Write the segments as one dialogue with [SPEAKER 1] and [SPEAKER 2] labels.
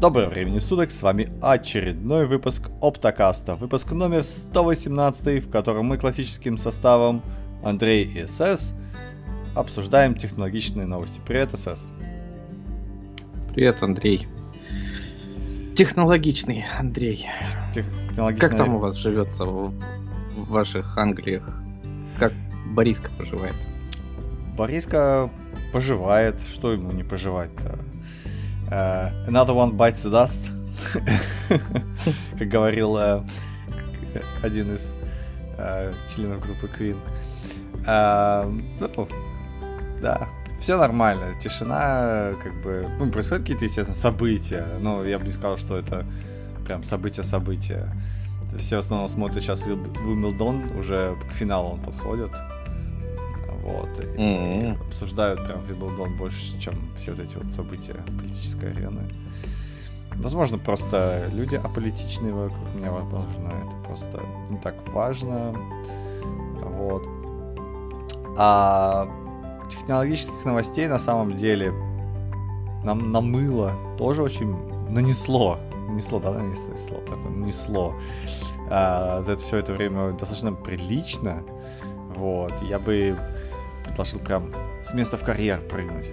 [SPEAKER 1] Доброго времени суток, с вами очередной выпуск Оптокаста, выпуск номер 118, в котором мы классическим составом Андрей и СС обсуждаем технологичные новости. Привет, СС.
[SPEAKER 2] Привет, Андрей. Технологичный Андрей. Как там у вас живется в ваших Англиях? Как Бориска поживает?
[SPEAKER 1] Бориска поживает, что ему не поживать-то? Another one bites the dust, как говорил один из членов группы Queen. Да, все нормально, тишина, происходят какие-то, естественно, события, но я бы не сказал, что это прям события. Все в основном смотрят сейчас Wimbledon, уже к финалу он подходит. Вот, и обсуждают прям Wimbledon больше, чем все вот эти вот события политической арены. Возможно, просто люди аполитичные вокруг меня, возможно, это просто не так важно. Вот. А технологических новостей на самом деле нам намыло тоже очень нанесло, за все это время достаточно прилично. Вот, я бы предложил прям с места в карьер прыгнуть.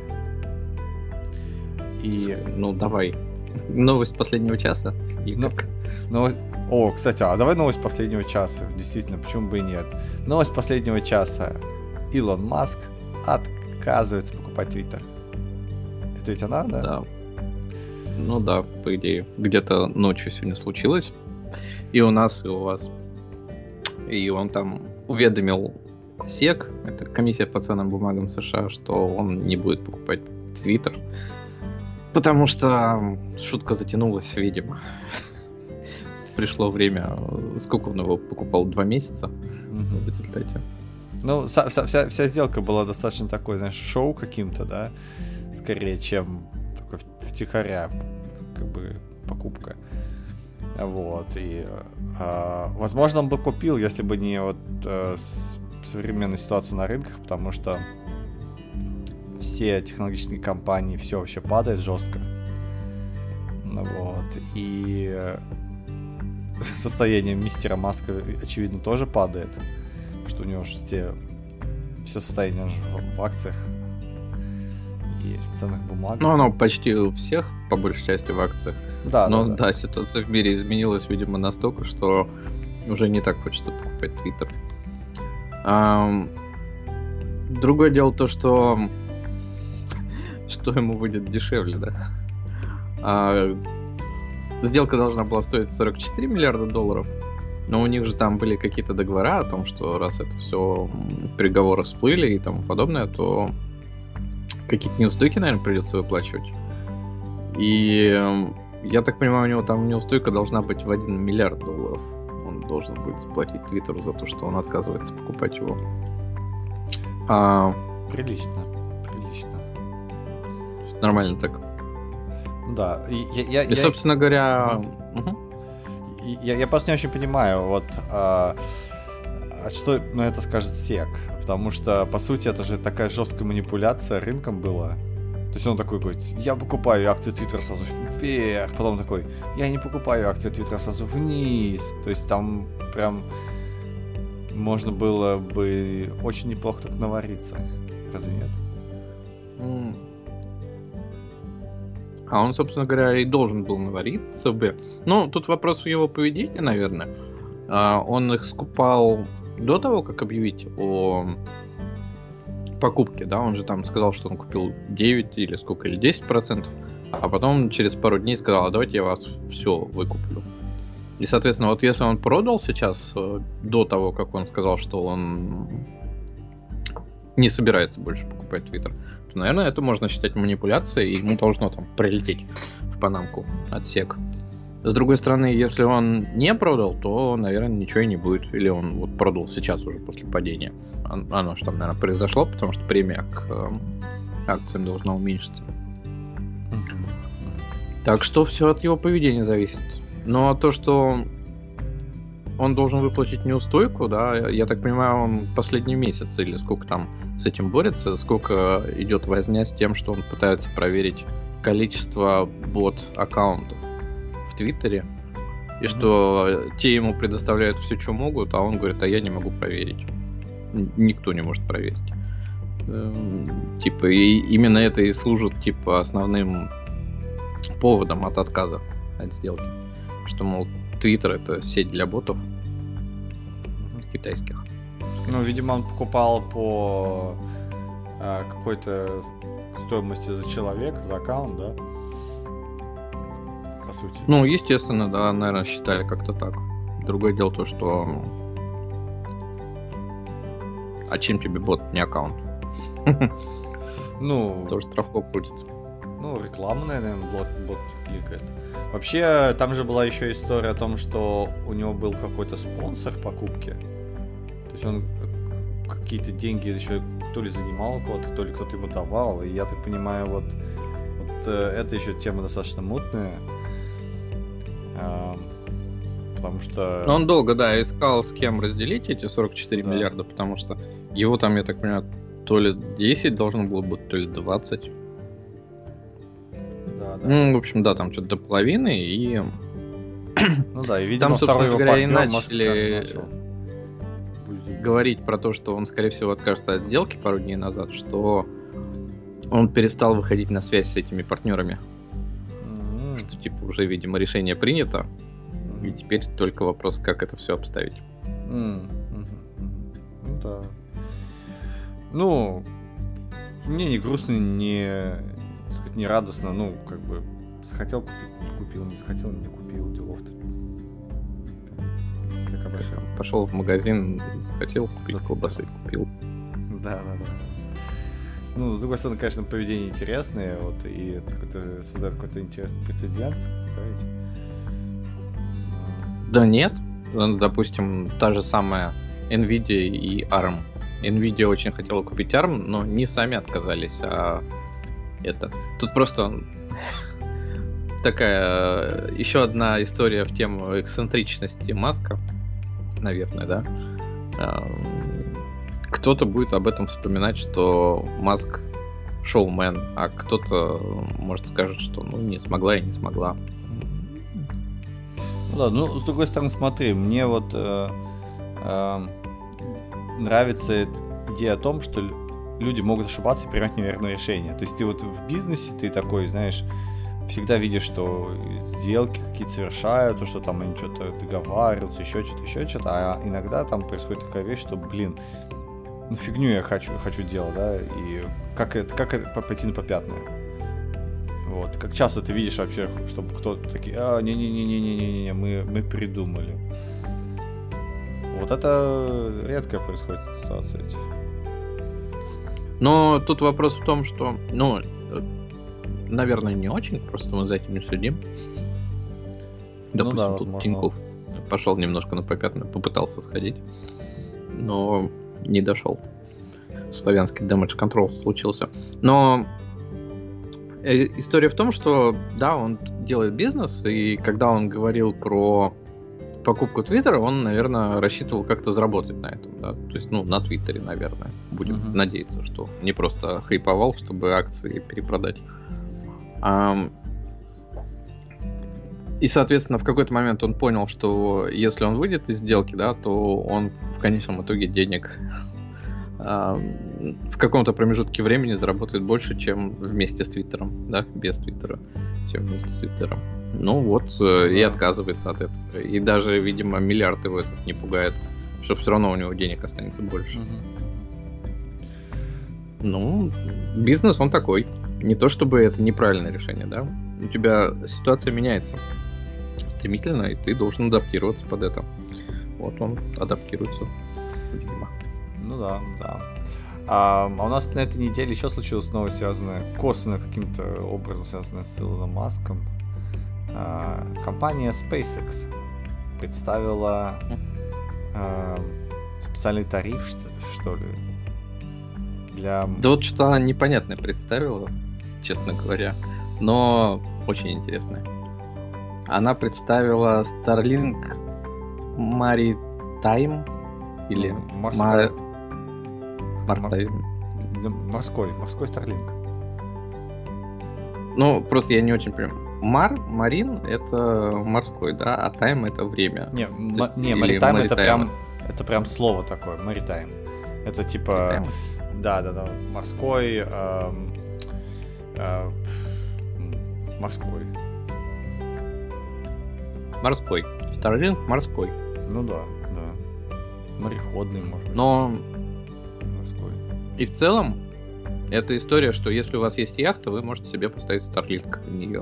[SPEAKER 2] Ну, давай. Новость последнего часа.
[SPEAKER 1] Кстати, а давай новость последнего часа. Действительно, почему бы и нет. Новость последнего часа. Илон Маск отказывается покупать Твиттер. Это ведь она, да?
[SPEAKER 2] Да. Ну да, по идее. Где-то ночью сегодня случилось. И у нас, и у вас. И он там уведомил СЕК, это комиссия по ценным бумагам США, что он не будет покупать Твиттер, потому что шутка затянулась, видимо. Пришло время, сколько он его покупал, 2 месяца в результате.
[SPEAKER 1] Ну, вся сделка была достаточно такой, знаешь, шоу каким-то, да, скорее, чем такой втихаря, покупка. Вот, и возможно, он бы купил, если бы не вот современная ситуация на рынках, потому что все технологические компании, все вообще падает жестко. Вот, и состояние мистера Маска, очевидно, тоже падает, потому что у него же все состояние в акциях и в ценных бумагах.
[SPEAKER 2] Ну, оно почти у всех, по большей части, в акциях. Да, ситуация в мире изменилась, видимо, настолько, что уже не так хочется покупать Твиттер. Другое дело то, что ему будет дешевле, да. Сделка должна была стоить $44 миллиарда, но у них же там были какие-то договора о том, что раз это все переговоры всплыли и тому подобное, то какие-то неустойки, наверное, придется выплачивать. И я так понимаю, у него там неустойка должна быть в $1 миллиард. Он должен будет заплатить Твиттеру за то, что он отказывается покупать его.
[SPEAKER 1] Прилично.
[SPEAKER 2] Нормально так.
[SPEAKER 1] Да.
[SPEAKER 2] Собственно говоря...
[SPEAKER 1] Я просто не очень понимаю, вот что на это скажет СЕК. Потому что, по сути, это же такая жесткая манипуляция рынком была. То есть он такой говорит, я покупаю акции Твиттера сразу вверх, потом такой, я не покупаю акции Твиттера сразу вниз. То есть там прям можно было бы очень неплохо так навариться. Разве нет?
[SPEAKER 2] А он, собственно говоря, и должен был навариться бы. Но тут вопрос в его поведении, наверное. Он их скупал до того, как объявить о покупки, да, он же там сказал, что он купил 9 или сколько, или 10%, а потом через пару дней сказал, а давайте я вас все выкуплю. И, соответственно, вот если он продал сейчас, до того, как он сказал, что он не собирается больше покупать Twitter, то, наверное, это можно считать манипуляцией, и ему должно там прилететь в панамку от SEC. С другой стороны, если он не продал, то, наверное, ничего и не будет. Или он вот продал сейчас уже после падения. Оно же там, наверное, произошло, потому что премия к акциям должна уменьшиться. Так что все от его поведения зависит. Но то, что он должен выплатить неустойку, да, я так понимаю, он последний месяц или сколько там с этим борется, сколько идет возня с тем, что он пытается проверить количество бот-аккаунтов в Твиттере, и что те ему предоставляют все, что могут, а он говорит, а я не могу проверить. Никто не может проверить. Типа, и именно это и служит, типа, основным поводом от отказа от сделки. Что, мол, Твиттер — это сеть для ботов китайских.
[SPEAKER 1] Ну, видимо, он покупал по какой-то стоимости за человека, за аккаунт, да? По сути.
[SPEAKER 2] Ну, естественно, да, наверное, считали как-то так. Другое дело то, что... А чем тебе бот, не аккаунт?
[SPEAKER 1] Ну...
[SPEAKER 2] Тоже штрафок будет.
[SPEAKER 1] Ну, рекламу, наверное, бот кликает. Вообще, там же была еще история о том, что у него был какой-то спонсор покупки. То есть он какие-то деньги еще то ли занимал у кого-то, то ли кто-то ему давал. И я так понимаю, вот это еще тема достаточно мутная. Потому что...
[SPEAKER 2] Но он долго, да, искал, с кем разделить эти 44 миллиарда, потому что его там, я так понимаю, то ли 10 должно было быть, то ли 20.
[SPEAKER 1] Да.
[SPEAKER 2] Ну, в общем, да, там что-то до половины, и...
[SPEAKER 1] Ну да, и, видимо,
[SPEAKER 2] там,
[SPEAKER 1] второй его партнер,
[SPEAKER 2] начали
[SPEAKER 1] начал
[SPEAKER 2] говорить про то, что он, скорее всего, откажется от сделки пару дней назад, что он перестал выходить на связь с этими партнерами. Что, типа, уже, видимо, решение принято, и теперь только вопрос, как это все обставить.
[SPEAKER 1] Ну да. Ну, мне не грустно, не, так сказать, не радостно, ну, как бы, захотел купил, не захотел, не купил, делов-то. Так обычно.
[SPEAKER 2] Пошел в магазин, захотел купить колбасы, купил.
[SPEAKER 1] Да. Ну, с другой стороны, конечно, поведение интересное, вот, и это создает какой-то интересный прецедент, да, ведь?
[SPEAKER 2] Да нет, допустим, та же самая Nvidia и ARM. Nvidia очень хотела купить ARM, но не сами отказались, а это. Тут просто такая еще одна история в тему эксцентричности Маска, наверное, да. Кто-то будет об этом вспоминать, что Маск шоумен, а кто-то, может, скажет, что ну не смогла и не смогла.
[SPEAKER 1] Ну да, ну с другой стороны, смотри, мне вот нравится идея о том, что люди могут ошибаться и принимать неверное решение. То есть ты вот в бизнесе, ты такой, знаешь, всегда видишь, что сделки какие-то совершают, то, что там они что-то договариваются, еще что-то, а иногда там происходит такая вещь, что, блин, ну фигню я хочу делать, да, и как это пойти на попятное. Вот, как часто ты видишь вообще, чтобы кто-то такие, не-не-не, мы придумали. Вот это редко происходит ситуация.
[SPEAKER 2] Но тут вопрос в том, что, ну, наверное, не очень, просто мы за этим не следим. Допустим,
[SPEAKER 1] ну да,
[SPEAKER 2] тут Тинькофф пошел немножко на попятную, попытался сходить, но не дошел. Славянский damage control случился. Но история в том, что да, он делает бизнес, и когда он говорил про покупку Твиттера, он, наверное, рассчитывал как-то заработать на этом, да? То есть, ну, на Твиттере, наверное. Будем надеяться, что не просто хайповал, чтобы акции перепродать. И, соответственно, в какой-то момент он понял, что если он выйдет из сделки, да, то он в конечном итоге денег в каком-то промежутке времени заработает больше, чем вместе с Твиттером, да, без Твиттера, чем вместе с Твиттером. Ну вот, и отказывается от этого. И даже, видимо, миллиард его этот не пугает, что все равно у него денег останется больше. Ну, бизнес он такой. Не то чтобы это неправильное решение, да. У тебя ситуация меняется стремительно, и ты должен адаптироваться под это. Вот он адаптируется, видимо.
[SPEAKER 1] Ну да. А у нас на этой неделе еще случилось новость, связанная косвенно каким-то образом связанная с Илоном Маском. Компания SpaceX представила специальный тариф, что ли, для...
[SPEAKER 2] Да вот что-то она непонятное представила, честно говоря, но очень интересное. Она представила Starlink Maritime или
[SPEAKER 1] морской Starlink.
[SPEAKER 2] Ну, просто я не очень понимаю. Марин это морской, да, а тайм это время.
[SPEAKER 1] Не, маритайм это прям слово такое, маритайм. Это типа, да, морской, морской.
[SPEAKER 2] Морской. Starlink морской.
[SPEAKER 1] Ну да. Мореходный, может быть.
[SPEAKER 2] Но
[SPEAKER 1] морской.
[SPEAKER 2] И в целом, это история, что если у вас есть яхта, вы можете себе поставить Starlink на нее.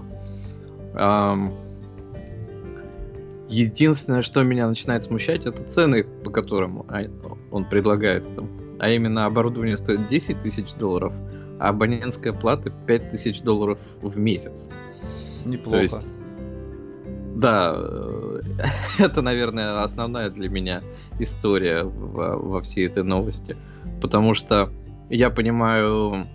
[SPEAKER 2] Единственное, что меня начинает смущать, это цены, по которым он предлагается. А именно, оборудование стоит $10 000, а абонентская плата $5 000 в месяц.
[SPEAKER 1] Неплохо.
[SPEAKER 2] То есть, да, это, наверное, основная для меня история во всей этой новости. Потому что я понимаю,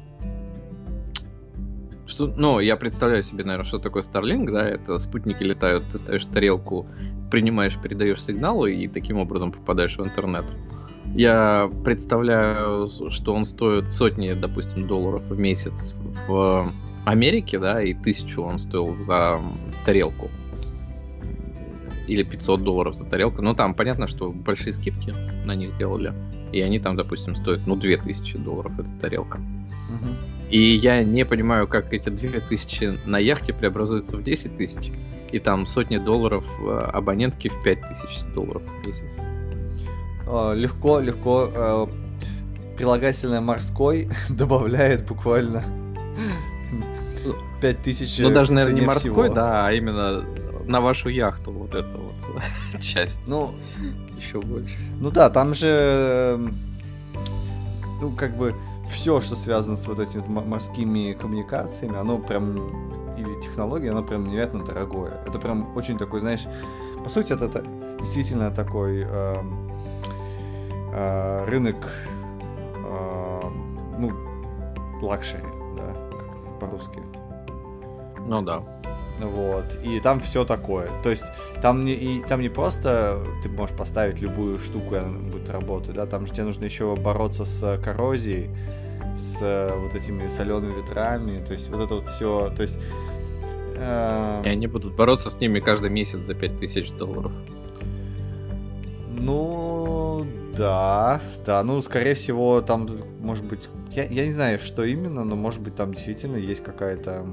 [SPEAKER 2] что, ну, я представляю себе, наверное, что такое Starlink, да, это спутники летают, ты ставишь тарелку, принимаешь, передаешь сигналы и таким образом попадаешь в интернет. Я представляю, что он стоит сотни, допустим, долларов в месяц в Америке, да, и 1000 он стоил за тарелку. Или $500 за тарелку. Ну, там понятно, что большие скидки на них делали. И они там, допустим, стоят, $2000 эта тарелка.
[SPEAKER 1] Угу.
[SPEAKER 2] И я не понимаю, как эти 2000 на яхте преобразуются в 10 000. И там сотни долларов абонентки в $5000 в месяц.
[SPEAKER 1] Легко. Прилагательное морской добавляет буквально 5000.
[SPEAKER 2] Ну, даже, наверное, не морской, всего. Да, а именно на вашу яхту вот эта вот часть.
[SPEAKER 1] Ну,
[SPEAKER 2] еще больше.
[SPEAKER 1] Ну да, там же, ну, как бы все, что связано с вот этими морскими коммуникациями, оно прям, или технология, оно прям невероятно дорогое. Это прям очень такой, знаешь, по сути, это действительно такой рынок, ну, лакшери, да, как по-русски.
[SPEAKER 2] Ну да.
[SPEAKER 1] Вот, и там все такое. То есть там не просто ты можешь поставить любую штуку, и она будет работать, да, там же тебе нужно еще бороться с коррозией, с вот этими солеными ветрами, то есть вот это вот все, то есть...
[SPEAKER 2] И они будут бороться с ними каждый месяц за $5000.
[SPEAKER 1] Ну, да, ну, скорее всего, там, может быть, я не знаю, что именно, но, может быть, там действительно есть какая-то...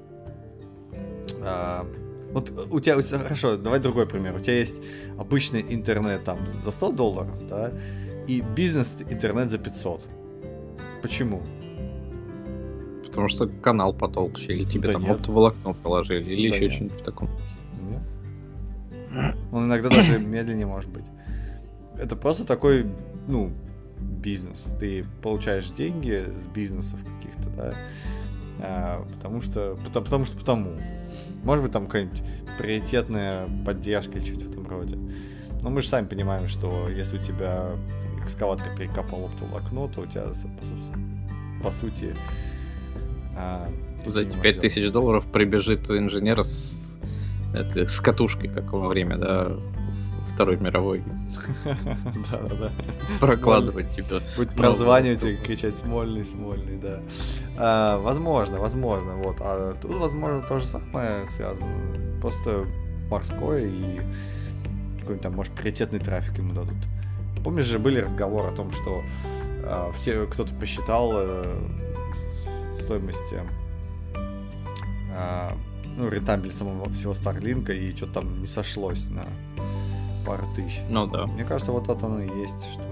[SPEAKER 1] Вот у тебя, хорошо, давай другой пример. У тебя есть обычный интернет там за $100, да, и бизнес-интернет за 500. Почему?
[SPEAKER 2] Потому что канал потолще, или тебе
[SPEAKER 1] да
[SPEAKER 2] там оптоволокно положили, или да еще что-нибудь в таком.
[SPEAKER 1] Нет. Он иногда даже медленнее может быть. Это просто такой, ну, бизнес. Ты получаешь деньги с бизнесов каких-то, да, потому что. Может быть, там какая-нибудь приоритетная поддержка или что-то в этом роде. Но мы же сами понимаем, что если у тебя экскаватор перекопал оптоволокно, то у тебя, по сути...
[SPEAKER 2] За эти $5000 прибежит инженер с катушкой, как во время, да, Второй мировой.
[SPEAKER 1] Да.
[SPEAKER 2] Прокладывать тебя.
[SPEAKER 1] Будет прозванивать и кричать «Смольный», да. Возможно, вот. А тут, возможно, то же самое связано. Просто морское и какой-нибудь там, может, приоритетный трафик ему дадут. Помнишь же, были разговоры о том, что кто-то посчитал стоимость, рентабельность самого всего Старлинка, и что-то там не сошлось на пару тысяч.
[SPEAKER 2] Ну да.
[SPEAKER 1] Мне кажется, вот это оно и есть, что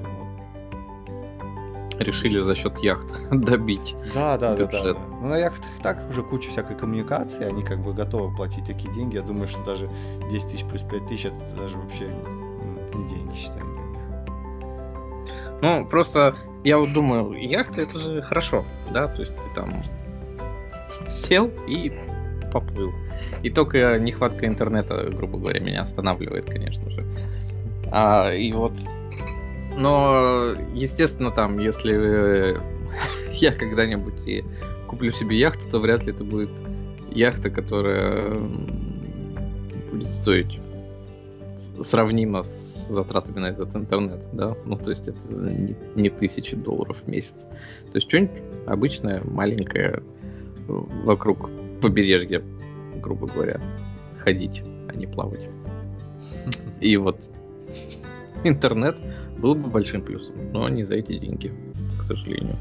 [SPEAKER 2] решили за счет яхт добить.
[SPEAKER 1] Да. Ну, на яхтах так уже куча всякой коммуникации, они как бы готовы платить такие деньги. Я думаю, что даже 10 000 плюс 5 000 это даже вообще не деньги, считай, для них.
[SPEAKER 2] Ну, просто я вот думаю, яхта это же хорошо, да, то есть ты там сел и поплыл. И только нехватка интернета, грубо говоря, меня останавливает, конечно же. И вот, но, естественно, там, если я когда-нибудь и куплю себе яхту, то вряд ли это будет яхта, которая будет стоить сравнимо с затратами на этот интернет, да, ну, то есть это не $1000 в месяц. То есть что-нибудь обычное, маленькое, вокруг побережье, грубо говоря, ходить, а не плавать. И вот интернет был бы большим плюсом, но не за эти деньги, к сожалению.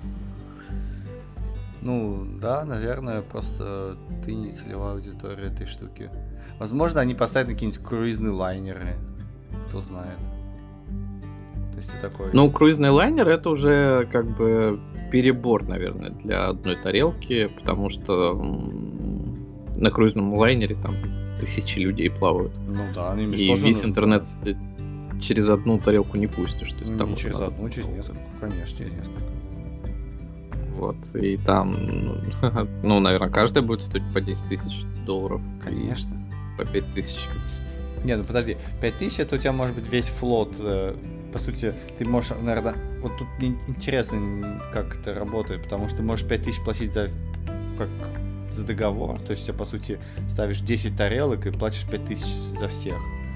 [SPEAKER 1] Ну, да, наверное, просто ты не целевая аудитория этой штуки. Возможно, они поставят на какие-нибудь круизные лайнеры, кто знает. То есть ты такой...
[SPEAKER 2] Ну, круизный лайнер — это уже как бы перебор, наверное, для одной тарелки, потому что на круизном лайнере там тысячи людей плавают.
[SPEAKER 1] Ну да, они
[SPEAKER 2] и весь интернет ты через одну тарелку не пустишь. То есть,
[SPEAKER 1] не
[SPEAKER 2] там
[SPEAKER 1] через одну, через несколько, конечно, через несколько.
[SPEAKER 2] Вот, и там, ну, наверное, каждая будет стоить по 10 тысяч долларов.
[SPEAKER 1] Конечно.
[SPEAKER 2] По 5 тысяч.
[SPEAKER 1] Не, ну подожди, 5 тысяч это у тебя может быть весь флот. По сути, ты можешь, наверное, вот тут интересно, как это работает, потому что ты можешь 5 тысяч платить за договор, то есть, по сути, ставишь 10 тарелок и платишь 5 тысяч за всех.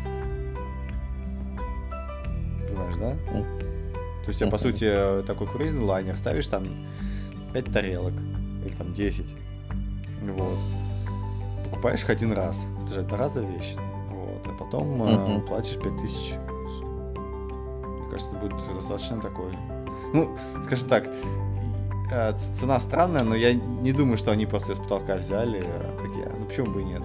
[SPEAKER 1] Понимаешь, да? То есть, по сути, такой круизный лайнер, ставишь там 5 тарелок, или там 10, вот. Покупаешь их один раз, это же одноразовая вещь, вот, а потом платишь 5 тысяч. Мне кажется, будет достаточно такой, ну, скажем так, цена странная, но я не думаю, что они просто из потолка взяли, такие, ну почему бы и нет.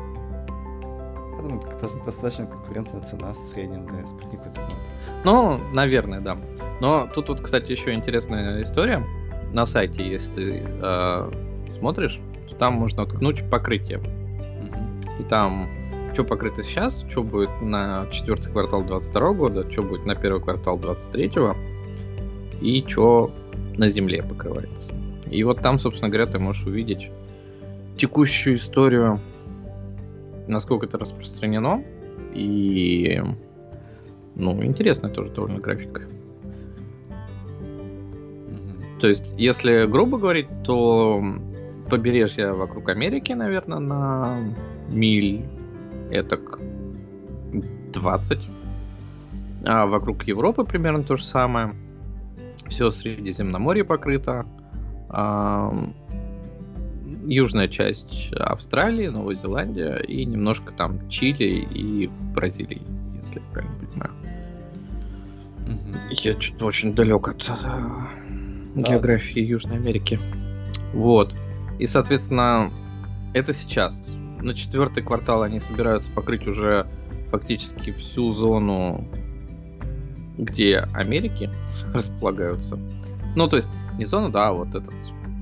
[SPEAKER 1] Я думаю, это достаточно конкурентная цена в среднем для спутника интернета.
[SPEAKER 2] Ну, наверное, да. Но тут вот, кстати, еще интересная история. На сайте, если ты смотришь, то там можно ткнуть покрытие. И там, что покрыто сейчас, что будет на 4-й квартал 2022 года, что будет на 1-й квартал 2023 и что на земле покрывается. И вот там, собственно говоря, ты можешь увидеть текущую историю, насколько это распространено. И, ну, интересная тоже довольно графика. То есть, если грубо говорить, то побережье вокруг Америки, наверное, на миль этак 20. А вокруг Европы примерно то же самое. Все Средиземноморье покрыто. Южная часть Австралии, Новая Зеландия и немножко там Чили и Бразилии, если я правильно понимаю. Я что-то очень далек от географии Южной Америки. Вот. И, соответственно, это сейчас. На 4-й квартал они собираются покрыть уже фактически всю зону, где Америки располагаются. Ну, то есть, не зона, да, вот этот.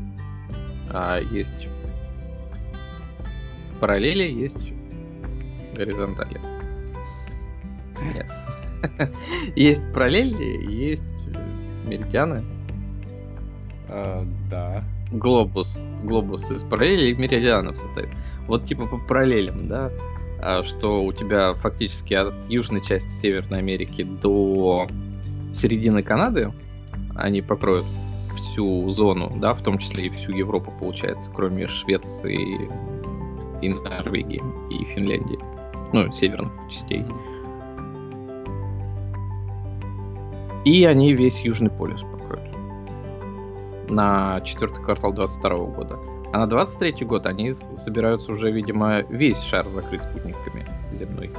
[SPEAKER 2] Есть параллели, есть горизонтали. Нет. Есть параллели, есть меридианы.
[SPEAKER 1] Да.
[SPEAKER 2] Глобус из параллелей и меридианов состоит. Вот типа по параллелям, да, что у тебя фактически от южной части Северной Америки до середины Канады они покроют всю зону, да, в том числе и всю Европу, получается, кроме Швеции и Норвегии и Финляндии, ну, северных частей. И они весь Южный полюс покроют на 4-й квартал 2022 года. А на 23-й год они собираются уже, видимо, весь шар закрыть спутниками земной.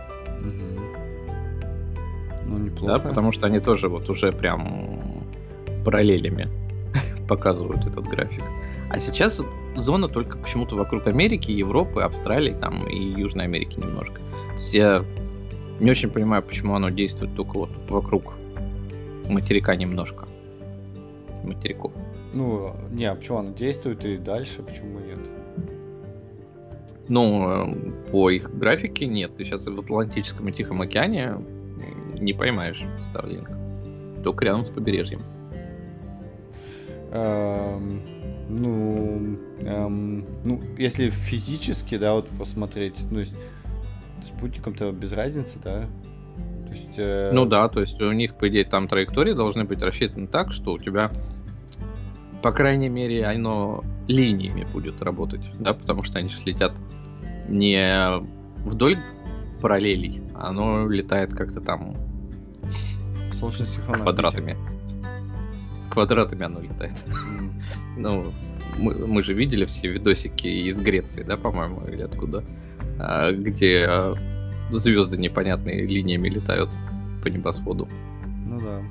[SPEAKER 1] Ну, неплохо.
[SPEAKER 2] Да, потому что они тоже вот уже прям параллелями показывают этот график. А сейчас зона только почему-то вокруг Америки, Европы, Австралии там и Южной Америки немножко. То есть я не очень понимаю, почему оно действует только вот вокруг материка немножко. Материков.
[SPEAKER 1] Ну, не, а почему оно действует и дальше, почему нет?
[SPEAKER 2] Ну, по их графике нет. Ты сейчас в Атлантическом и Тихом океане не поймаешь Starlink. Только рядом с побережьем.
[SPEAKER 1] Ну, если физически, да, вот посмотреть, ну, спутником-то без разницы, да? То есть,
[SPEAKER 2] ну да, то есть у них, по идее, там траектории должны быть рассчитаны так, что у тебя, по крайней мере, оно линиями будет работать, да, потому что они же летят не вдоль параллелей, а оно летает как-то там квадратами. Квадратами оно летает. Ну, мы же видели все видосики из Греции, да, по-моему, или откуда, где звезды непонятные линиями летают по небосводу.
[SPEAKER 1] Ну да.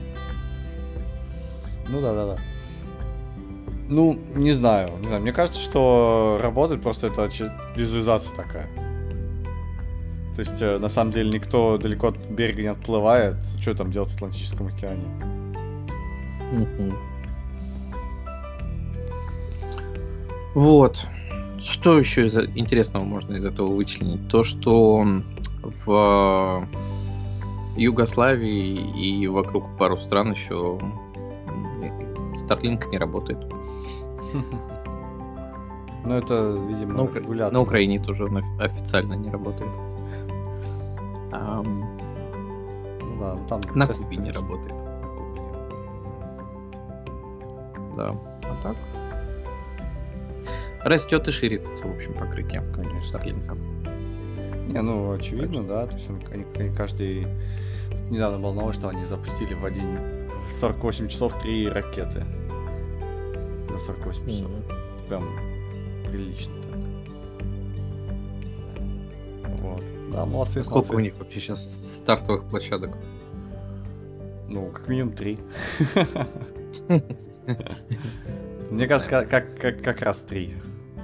[SPEAKER 1] Ну да. Ну, не знаю. Мне кажется, что работает, просто это визуализация такая. То есть, на самом деле, никто далеко от берега не отплывает. Что там делать в Атлантическом океане?
[SPEAKER 2] Вот. Что еще интересного можно из этого вычленить? То, что в Югославии и вокруг пару стран еще Starlink не работает.
[SPEAKER 1] Ну, это, видимо, регуляция.
[SPEAKER 2] На Украине тоже он официально не работает.
[SPEAKER 1] Ну да, там
[SPEAKER 2] на Кубе не работает. Да, а так растет и ширится, в общем, покрытие, конечно, Starlink.
[SPEAKER 1] Не, ну, очевидно, да, то есть они каждый... Недавно был новость, что они запустили в 48 часов 3 ракеты. За 48 часов. Это прям прилично так. Вот. Да, молодцы.
[SPEAKER 2] Сколько у них вообще сейчас стартовых площадок?
[SPEAKER 1] Ну, как минимум 3. Мне кажется, как раз 3.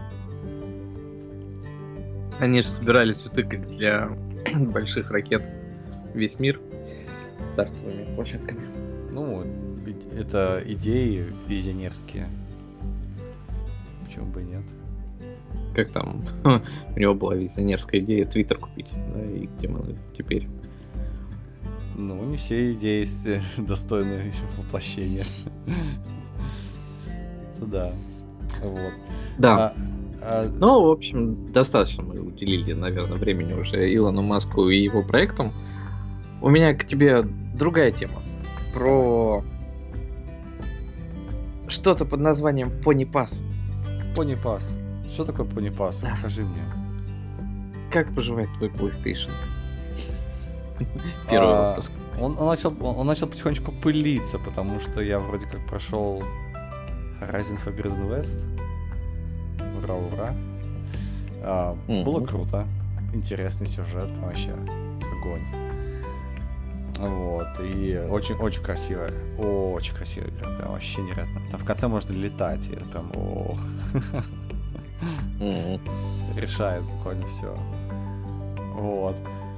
[SPEAKER 2] Они же собирались утыкать для больших ракет весь мир стартовыми площадками.
[SPEAKER 1] Ну, это идеи визионерские. Почему бы и нет?
[SPEAKER 2] Как там? У него была визионерская идея Твиттер купить, да, и где мы теперь?
[SPEAKER 1] Ну, не все идеи достойны воплощения. Да. Вот.
[SPEAKER 2] Да. Ну, в общем, достаточно мы уделили, наверное, времени уже Илону Маску и его проектам. У меня к тебе другая тема. Про что-то под названием Pony Pass.
[SPEAKER 1] Pony Pass. Что такое Pony Pass? Расскажи мне.
[SPEAKER 2] Как поживает твой PlayStation? Первый выпуск.
[SPEAKER 1] Он начал потихонечку пылиться, потому что я вроде как прошел Horizon Forbidden West. Ура. Было круто. Интересный сюжет, вообще огонь. Вот, и очень красивая. Очень красивая игра, прям вообще невероятно. Там в конце можно летать, и это прям решает буквально все. Вот.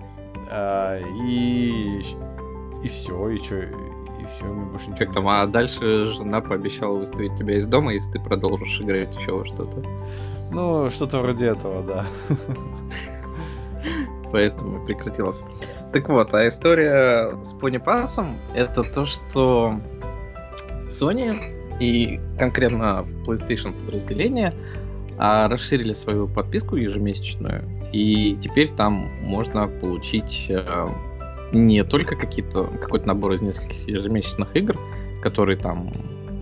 [SPEAKER 1] И все, и все, мне больше ничего.
[SPEAKER 2] Как там, а дальше жена пообещала выставить тебя из дома, если ты продолжишь играть еще во что-то.
[SPEAKER 1] Ну, что-то вроде этого, да.
[SPEAKER 2] Поэтому прекратилось. Так вот, а история с Pony Pass'ом это то, что Sony и конкретно PlayStation подразделение расширили свою подписку ежемесячную, и теперь там можно получить не только какой-то набор из нескольких ежемесячных игр, которые там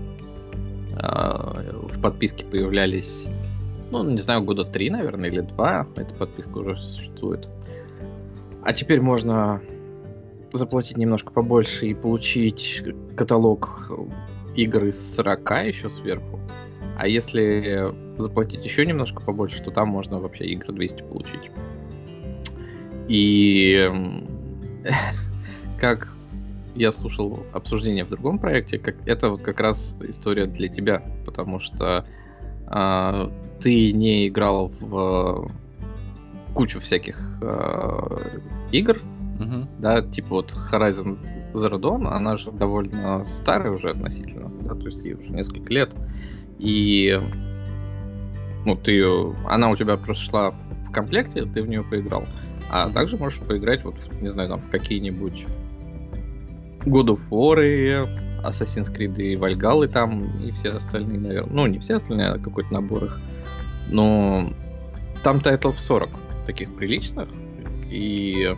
[SPEAKER 2] в подписке появлялись, ну, не знаю, года 3, наверное, или 2, эта подписка уже существует. А теперь можно заплатить немножко побольше и получить каталог игр из 40 еще сверху. А если заплатить еще немножко побольше, то там можно вообще игры 200 получить. И как я слушал обсуждение в другом проекте, это вот как раз история для тебя, потому что ты не играл в кучу всяких игр, да, типа вот Horizon Zero Dawn, она же довольно старая уже относительно, да, то есть ей уже несколько лет, и ну, она у тебя просто шла в комплекте, ты в нее поиграл, а также можешь поиграть вот, не знаю, там, в какие-нибудь God of War, Assassin's Creed и Valhalla там, и все остальные, наверное, ну, не все остальные, а какой-то набор их, но там тайтлов 40 таких приличных, и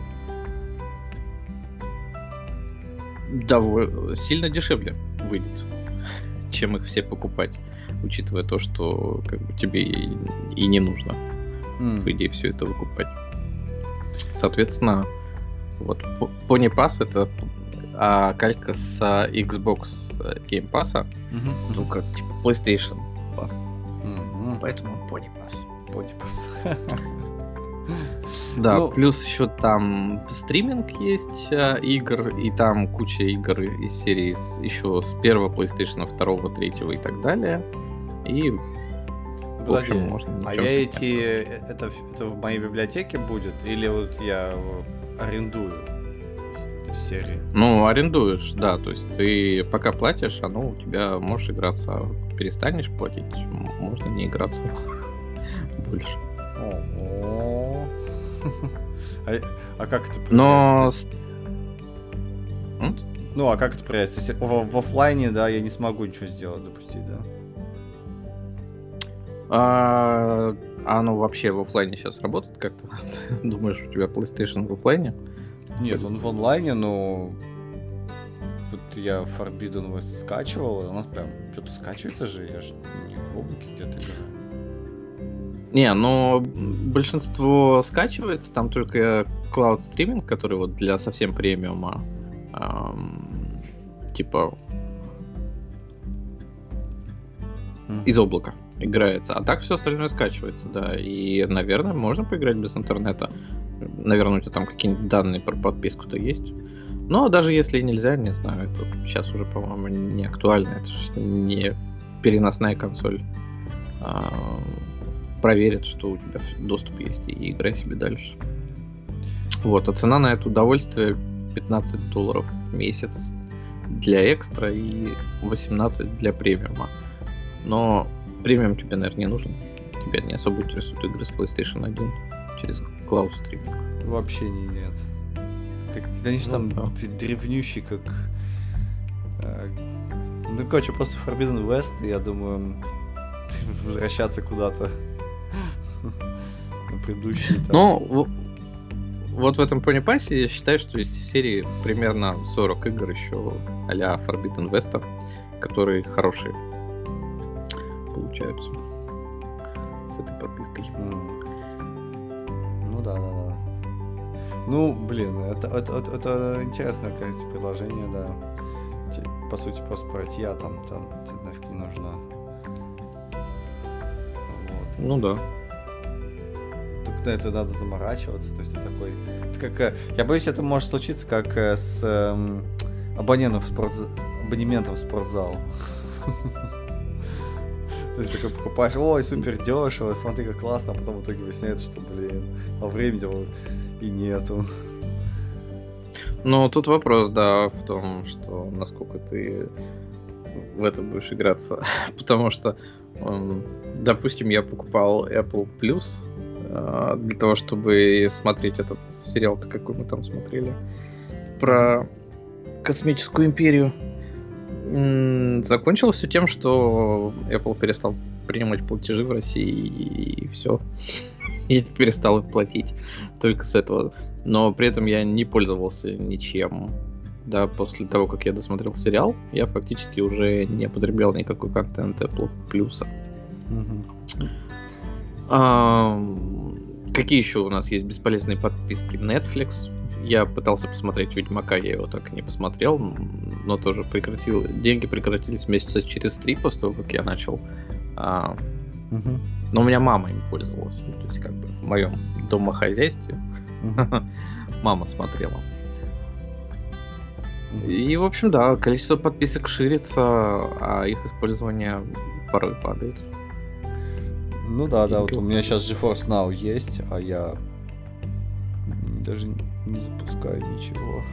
[SPEAKER 2] довольно сильно дешевле выйдет, чем их все покупать, учитывая то, что как бы тебе и не нужно, по идее, все это выкупать. Соответственно, вот Pony Pass это калька с Xbox Game Pass, ну как типа PlayStation Pass. Поэтому Pony Pass.
[SPEAKER 1] Pony Pass.
[SPEAKER 2] Да, плюс еще там стриминг есть игр, и там куча игр из серии еще с первого PlayStation, второго, третьего и так далее. И в общем, можно...
[SPEAKER 1] А это в моей библиотеке будет? Или вот я арендую эту серию?
[SPEAKER 2] Ну, арендуешь, да. То есть ты пока платишь, оно у тебя можешь играться. А перестанешь платить, можно не играться больше.
[SPEAKER 1] А как это
[SPEAKER 2] проверяется?
[SPEAKER 1] Ну, а как это проверяется? То есть в офлайне, да, я не смогу ничего сделать, запустить, да?
[SPEAKER 2] Оно вообще в офлайне сейчас работает как-то? Ты думаешь, у тебя PlayStation в офлайне?
[SPEAKER 1] Нет, он в онлайне, но вот я Forbidden West скачивал, и у нас прям что-то скачивается же, я же не в облаке где-то играю.
[SPEAKER 2] Не, но большинство скачивается, там только Cloud Streaming, который вот для совсем премиума, типа из облака играется, а так все остальное скачивается, да, и, наверное, можно поиграть без интернета. Наверное, у тебя там какие-нибудь данные про подписку-то есть. Но даже если нельзя, не знаю, это сейчас уже, по-моему, не актуально, это же не переносная консоль. Проверит, что у тебя доступ есть, и играй себе дальше. Вот, а цена на это удовольствие $15 в месяц для экстра и $18 для премиума. Но премиум тебе, наверное, не нужен. Тебя не особо интересуют игры с PlayStation 1 через Cloud Streaming.
[SPEAKER 1] Вообще нет. Конечно, там ты древнющий, как... Ну, короче, после Forbidden West, я думаю, возвращаться куда-то на предыдущий этап.
[SPEAKER 2] Ну, вот в этом Pony Pass я считаю, что из серии примерно 40 игр еще а-ля Forbidden West, которые хорошие получаются с этой подпиской.
[SPEAKER 1] Ну да. Ну, блин, это интересное, кажется, приложение, да. По сути, просто пройти, а там тебе нафиг не нужно. Вот.
[SPEAKER 2] Ну да.
[SPEAKER 1] Только на это надо заморачиваться, то есть это такой... Это как... Я боюсь, это может случиться, как с абонементом в спортзал. То есть такой покупаешь, ой, супер дешево, смотри, как классно, а потом в итоге выясняется, что, блин, а времени и нету.
[SPEAKER 2] Ну, тут вопрос, да, в том, что насколько ты в это будешь играться. Потому что, допустим, я покупал Apple Plus для того, чтобы смотреть этот сериал-то, какой мы там смотрели, про космическую империю. Закончилось все тем, что Apple перестал принимать платежи в России, и все. Я перестал их платить только с этого. Но при этом я не пользовался ничем. Да, после того, как я досмотрел сериал, я фактически уже не потреблял никакой контент Apple Plus. Какие еще у нас есть бесполезные подписки? Netflix. Я пытался посмотреть Ведьмака, я его так и не посмотрел, но тоже прекратил. Деньги прекратились месяца через 3 после того, как я начал. Но у меня мама им пользовалась. То есть, как бы в моем домохозяйстве мама смотрела. И, в общем, да, количество подписок ширится, а их использование порой падает.
[SPEAKER 1] Ну да, вот у меня сейчас GeForce Now есть, а я даже не запускаю ничего.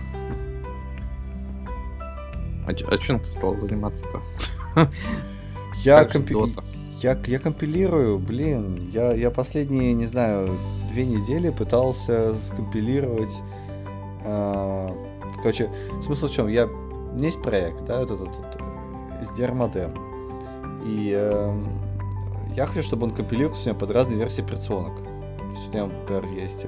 [SPEAKER 2] А чем ты стал заниматься-то?
[SPEAKER 1] Я компилирую, блин. Я последние, не знаю, 2 недели пытался скомпилировать. Короче, смысл в чем? У меня есть проект, да, этот SDR-модем. И я хочу, чтобы он компилировался у меня под разные версии операционок. То есть у меня, например, есть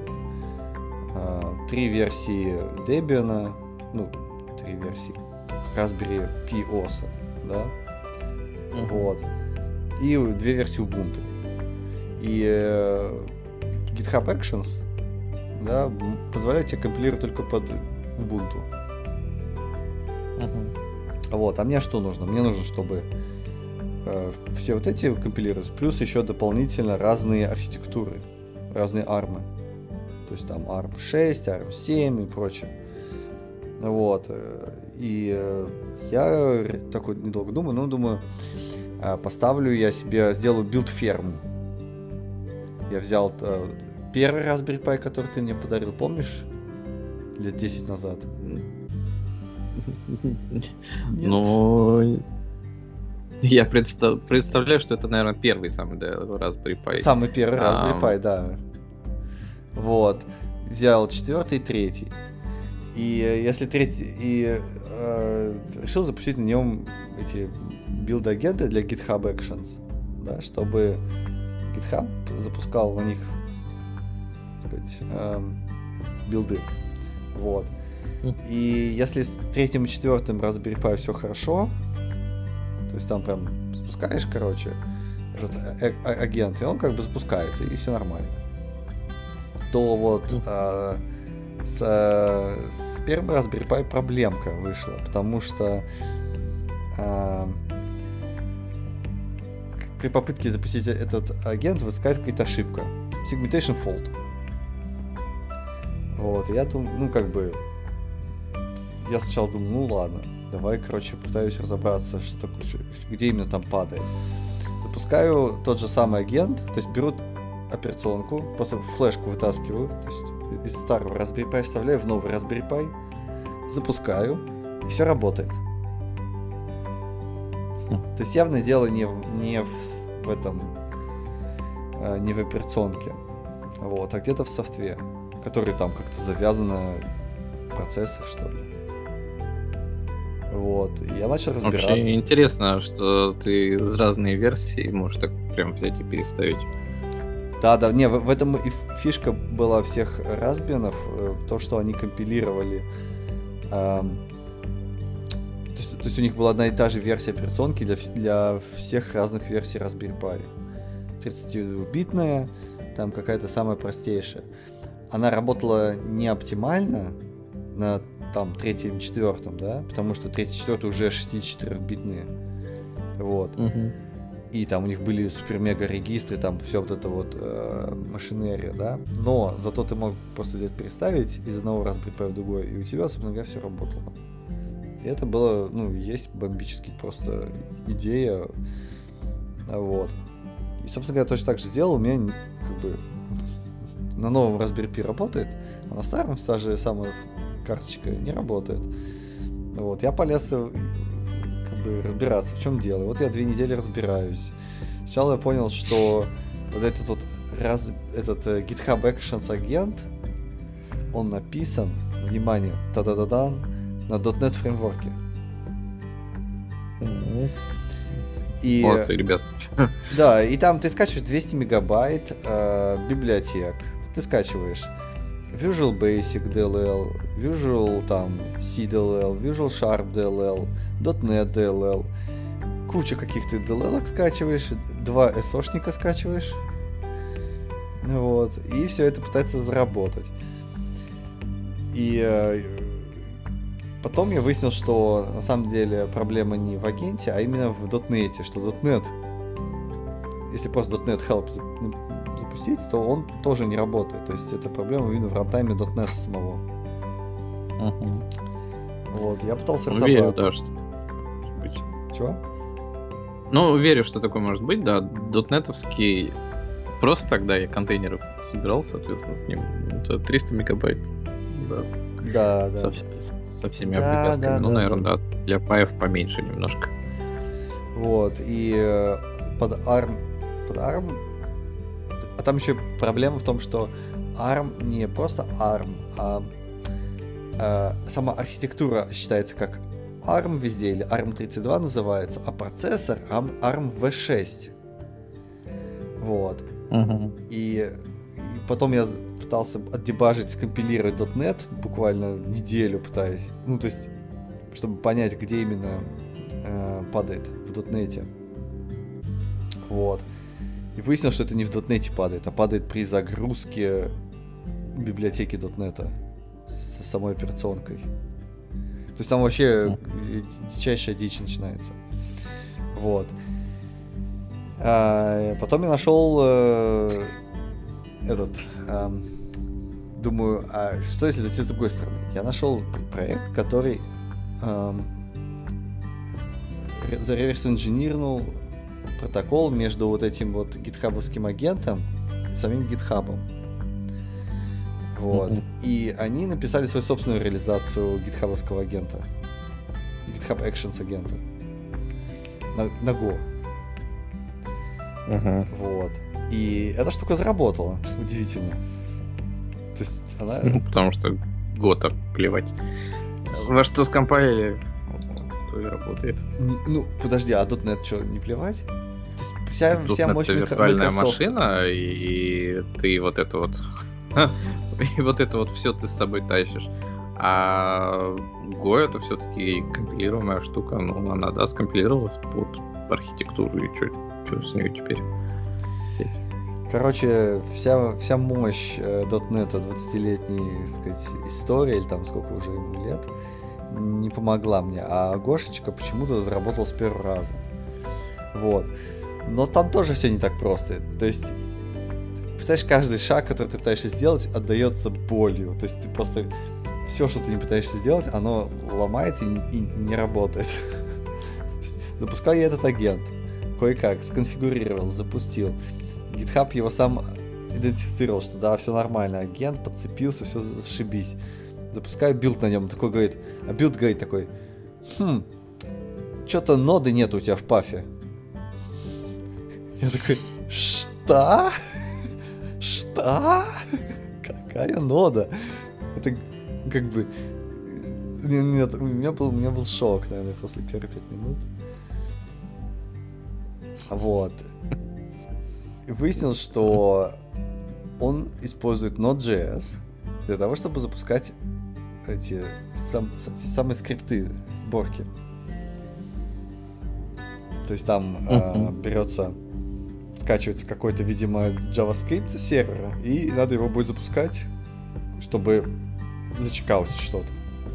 [SPEAKER 1] 3 версии Debian, 3 версии Raspberry Pi OS, да, вот, и 2 версии Ubuntu. И GitHub Actions, да, позволяет тебе компилировать только под Ubuntu. Вот, а мне что нужно? Мне нужно, чтобы все вот эти компилируются, плюс еще дополнительно разные архитектуры, разные армы. То есть там ARM 6, ARM 7 и прочее. Вот. И я такой недолго думаю, поставлю я себе, сделаю билд-ферму. Я взял первый Raspberry Pi, который ты мне подарил, помнишь? Лет 10 назад.
[SPEAKER 2] Ну, я представляю, что это, наверное, первый самый Raspberry Pi.
[SPEAKER 1] Самый первый Raspberry Pi, да. Вот. Взял 4-й, 3-й. И если 3-й... И решил запустить на нем эти билд-агенты для GitHub Actions. Да, чтобы GitHub запускал на них, так сказать, билды. Вот. И если с 3-м и 4-м Raspberry Pi все хорошо, то есть там прям запускаешь, короче, этот агент, и он как бы запускается, и все нормально. То вот с первым Raspberry Pi проблемка вышла, потому что при попытке запустить этот агент выскакивает какая-то ошибка. Segmentation fault. Вот, и я думаю, я сначала думаю, ну ладно, давай, короче, пытаюсь разобраться, что такое, где именно там падает. Запускаю тот же самый агент, то есть беру операционку, после флешку вытаскиваю, то есть из старого Raspberry Pi вставляю в новый Raspberry Pi, запускаю, и все работает. То есть явное дело не в этом, не в операционке, вот, а где-то в софтве, который там как-то завязан на процессор, что ли. Вот, и я начал разбираться.
[SPEAKER 2] Вообще интересно, что ты из разные версии можешь так прям взять и переставить.
[SPEAKER 1] Да, не, в этом и фишка была всех Raspbian'ов, то, что они компилировали. То есть у них была одна и та же версия операционки для всех разных версий Raspberry Pi. 32-битная, там какая-то самая простейшая. Она работала не оптимально на там 3-м, 4-м, да, потому что 3-й, 4-й уже 64-битные. Вот. И там у них были супер-мега-регистры, там все вот это вот машинерия, да. Но зато ты мог просто взять, переставить из одного Raspberry Pi в другой, и у тебя, собственно говоря, все работало. И это было, есть бомбически просто идея. Вот. И, собственно говоря, точно так же сделал. У меня как бы на новом Raspberry Pi работает, а на старом та же самая карточка не работает. Вот. Я полез разбираться, в чем дело. Вот я 2 недели разбираюсь. Сначала я понял, что вот этот вот GitHub Actions агент, он написан, внимание, та-да-да-дан, на .NET фреймворке. И,
[SPEAKER 2] молодцы, ребят.
[SPEAKER 1] Да, и там ты скачиваешь 200 мегабайт библиотек. Ты скачиваешь Visual Basic DLL, Visual там C DLL, Visual Sharp DLL, .NET DLL, кучу каких-то DLL скачиваешь, 2 SO-шника скачиваешь, вот, и все это пытается заработать. И потом я выяснил, что на самом деле проблема не в агенте, а именно в .NET, что .NET, если просто .NET Help запустить, то он тоже не работает. То есть это проблема именно в рантайме .NET самого. Вот, я пытался разобраться.
[SPEAKER 2] Верю, да, что может быть.
[SPEAKER 1] Чего?
[SPEAKER 2] Ну, верю, что такое может быть, да. .NET-овский. Просто тогда я контейнеры собирал, соответственно, с ним. Это 300 мегабайт. Да.
[SPEAKER 1] Да.
[SPEAKER 2] Со всеми аппликациями. Наверное, да. Для паев поменьше немножко.
[SPEAKER 1] Вот, и под ARM... А там еще проблема в том, что ARM не просто ARM, а сама архитектура считается как ARM везде, или ARM32 называется, а процессор ARM V6. Вот. И потом я пытался отдебажить, скомпилировать .NET, буквально неделю пытаясь, то есть, чтобы понять, где именно падает в .NET. Вот. И выяснилось, что это не в .NET падает, а падает при загрузке библиотеки .NET со самой операционкой. То есть там вообще дичайшая дичь начинается. Вот. Потом я нашел думаю, а что если зайти с другой стороны? Я нашел проект, который зареверс-инжинирнул протокол между вот этим вот гитхабовским агентом и самим гитхабом. Вот. И они написали свою собственную реализацию гитхабовского агента. GitHub Actions агента. На Go. Вот. И эта штука заработала. Удивительно. То есть она...
[SPEAKER 2] потому что Go-то плевать. Во что скомпайлили, то и работает.
[SPEAKER 1] Ну, подожди, а .NET что, не плевать? То есть вся мощь
[SPEAKER 2] виртуальная
[SPEAKER 1] Microsoft.
[SPEAKER 2] машина, и ты вот это вот... и вот это вот все ты с собой тащишь. А Go это все-таки компилируемая штука. Ну, она, да, скомпилировалась под архитектуру. И что с нее теперь?
[SPEAKER 1] Короче, вся мощь .NET 20-летней, так сказать, истории, или там сколько уже ему лет, не помогла мне. А Гошечка почему-то заработал с первого раза. Вот. Но там тоже все не так просто. То есть, представляешь, каждый шаг, который ты пытаешься сделать, отдается болью. То есть ты просто... Все, что ты не пытаешься сделать, оно ломается и не работает. Запускал я этот агент. Кое-как сконфигурировал, запустил. GitHub его сам идентифицировал, что да, все нормально. Агент подцепился, все зашибись. Запускаю билд на нем. Такой говорит... А билд говорит такой... Что-то ноды нет у тебя в пафе. Я такой... Что? Что? Какая нода? Это как бы... У меня был шок, наверное, после первых 5 минут. Вот. И выяснилось, что он использует Node.js для того, чтобы запускать эти самые скрипты сборки. То есть там скачивается какой-то, видимо, JavaScript сервера, и надо его будет запускать, чтобы зачекаутить что-то.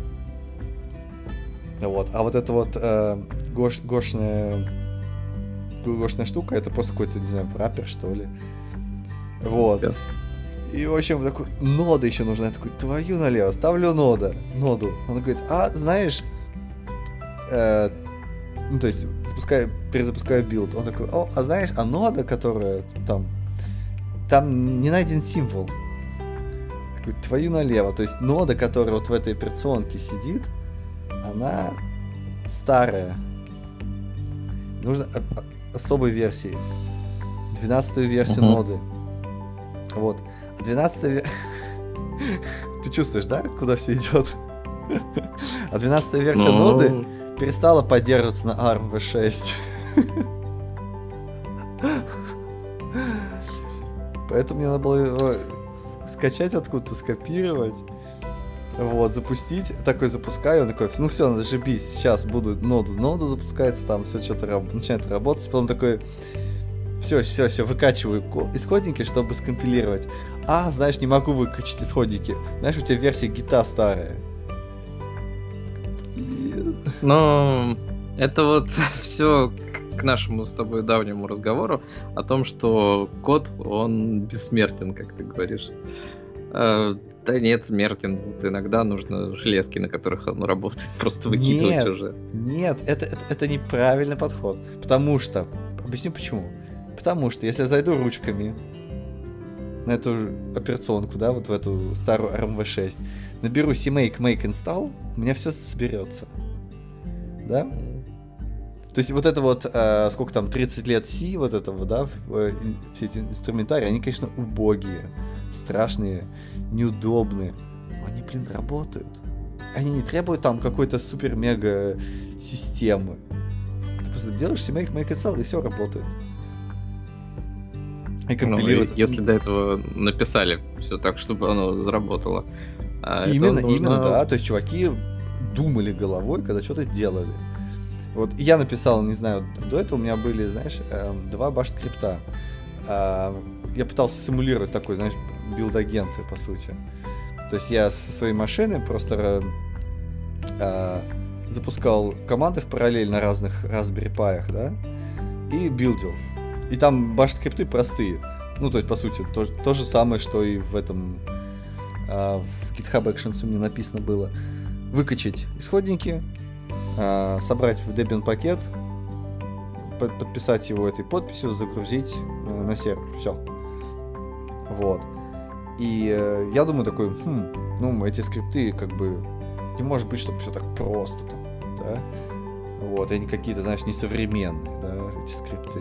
[SPEAKER 1] Вот. А вот эта вот гошная штука, это просто какой-то, не знаю, враппер, что ли. Вот.
[SPEAKER 2] Ясно.
[SPEAKER 1] И, в общем, такой, нода еще нужна. Я такой, твою налево, ставлю ноду. Он говорит, знаешь, ну, то есть, перезапускаю билд. Он такой, знаешь, нода, которая там не найден символ. Я такой, твою налево. То есть, нода, которая вот в этой операционке сидит, она старая. Нужно особой версии. 12-ю версию ноды. Вот. 12-я... Ты чувствуешь, да, куда все идет? А 12-я версия ноды перестала поддерживаться на ARM V6. Поэтому мне надо было его скачать откуда-то, скопировать. Вот, запустить. Такой запускаю, он такой, ну все, зашибись, сейчас буду ноду запускается, там все что-то начинает работать. Потом такой, все, выкачиваю исходники, чтобы скомпилировать. Знаешь, не могу выкачать исходники. Знаешь, у тебя версия гита старая.
[SPEAKER 2] Ну, это вот все к нашему с тобой давнему разговору о том, что код, он бессмертен, как ты говоришь. Да нет, смертен. Вот иногда нужно железки, на которых он работает, просто выкидывать уже.
[SPEAKER 1] Нет, это неправильный подход. Потому что... Объясню почему. Потому что если я зайду ручками на эту операционку, да, вот в эту старую ARM V6, наберу cmake make install, у меня все соберется. Да? То есть вот это вот, сколько там, 30 лет C, вот этого, да, все эти инструментарии, они, конечно, убогие, страшные, неудобные. Но они, работают. Они не требуют там какой-то супер-мега системы. Ты просто делаешь cmake make install, и все работает. И компилирует.
[SPEAKER 2] Если до этого написали все так, чтобы оно заработало.
[SPEAKER 1] Именно, да. То есть чуваки думали головой, когда что-то делали. Вот я написал, не знаю, до этого у меня были, знаешь, 2 баш-скрипта. Я пытался симулировать такой, знаешь, билд-агенты, по сути. То есть я со своей машины просто запускал команды в параллель на разных Raspberry Pi'ах, да, и билдил. И там баш-скрипты простые. Ну, то есть, по сути, то же самое, что и в этом... в GitHub Actions у меня написано было. Выкачать исходники, собрать в Debian пакет, подписать его этой подписью, загрузить на сервер. Все. Вот. И я думаю такой, ну, эти скрипты как бы... Не может быть, чтобы все так просто там, да? Вот, они какие-то, знаешь, несовременные, да, эти скрипты.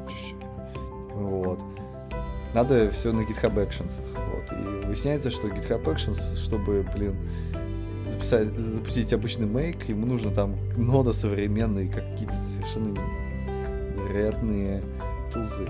[SPEAKER 1] Вот. Надо все на GitHub Actions. Вот. И выясняется, что GitHub Actions, чтобы, запустить обычный make, ему нужно там нода современные, какие-то совершенно невероятные тулзы.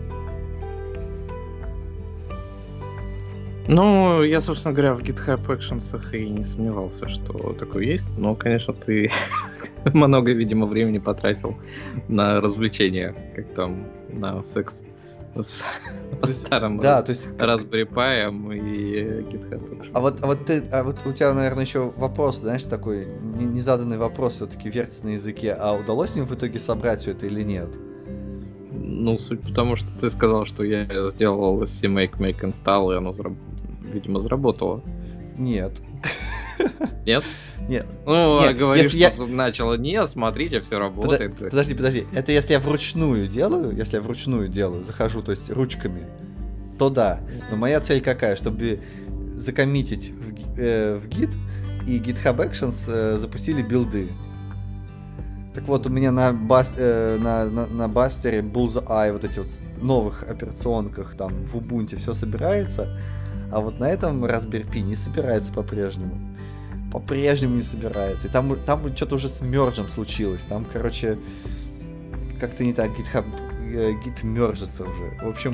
[SPEAKER 2] Ну, я, собственно говоря, в GitHub Actions и не сомневался, что такое есть. Но, конечно, ты много, видимо, времени потратил на развлечения, как там, на секс с старым Raspberry Pi и GitHub Actions.
[SPEAKER 1] А вот у тебя, наверное, еще вопрос, знаешь, такой незаданный вопрос все-таки вертится на языке. А удалось мне в итоге собрать все это или нет?
[SPEAKER 2] Ну, суть потому, что ты сказал, что я сделал CMake make install, и оно, видимо, заработало.
[SPEAKER 1] Нет.
[SPEAKER 2] Нет?
[SPEAKER 1] Нет.
[SPEAKER 2] Ну, а говоришь, что начало не, смотрите, все работает.
[SPEAKER 1] Подожди. Это если я вручную делаю, захожу, то есть ручками, то да. Но моя цель какая? Чтобы закоммитить в Git, и GitHub Actions запустили билды. Так вот, у меня на бастере Bullseye, вот эти вот новых операционках, там, в Ubuntu все собирается, а вот на этом Raspberry Pi не собирается по-прежнему. По-прежнему не собирается. И там что-то уже с мерджем случилось. Там, короче, как-то не так. Git мержится уже. В общем,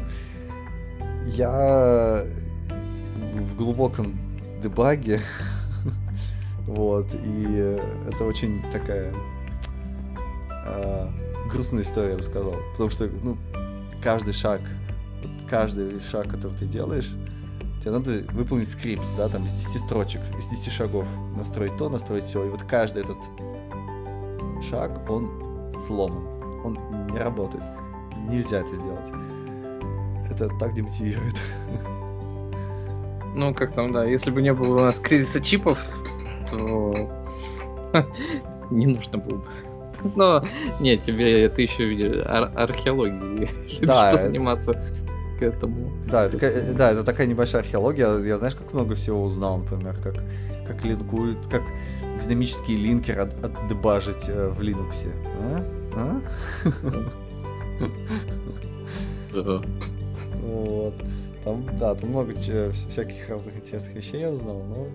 [SPEAKER 1] я в глубоком дебаге. Вот. И это очень такая... грустная история, я бы сказал. Потому что, ну, каждый шаг, который ты делаешь, тебе надо выполнить скрипт, да, там из 10 строчек, из 10 шагов. Настроить то, настроить все. И вот каждый этот шаг, он сломан. Он не работает. Нельзя это сделать. Это так демотивирует.
[SPEAKER 2] Ну, как там, да, если бы не было у нас кризиса чипов, то не нужно было бы. Но, нет, тебе это еще видишь, археологией любишь заниматься к этому.
[SPEAKER 1] Да, это такая небольшая археология. Я знаешь, как много всего узнал, например, как линкуют, как динамический линкер отдебажить в Linux. Вот. Там много всяких разных интересных вещей я узнал, но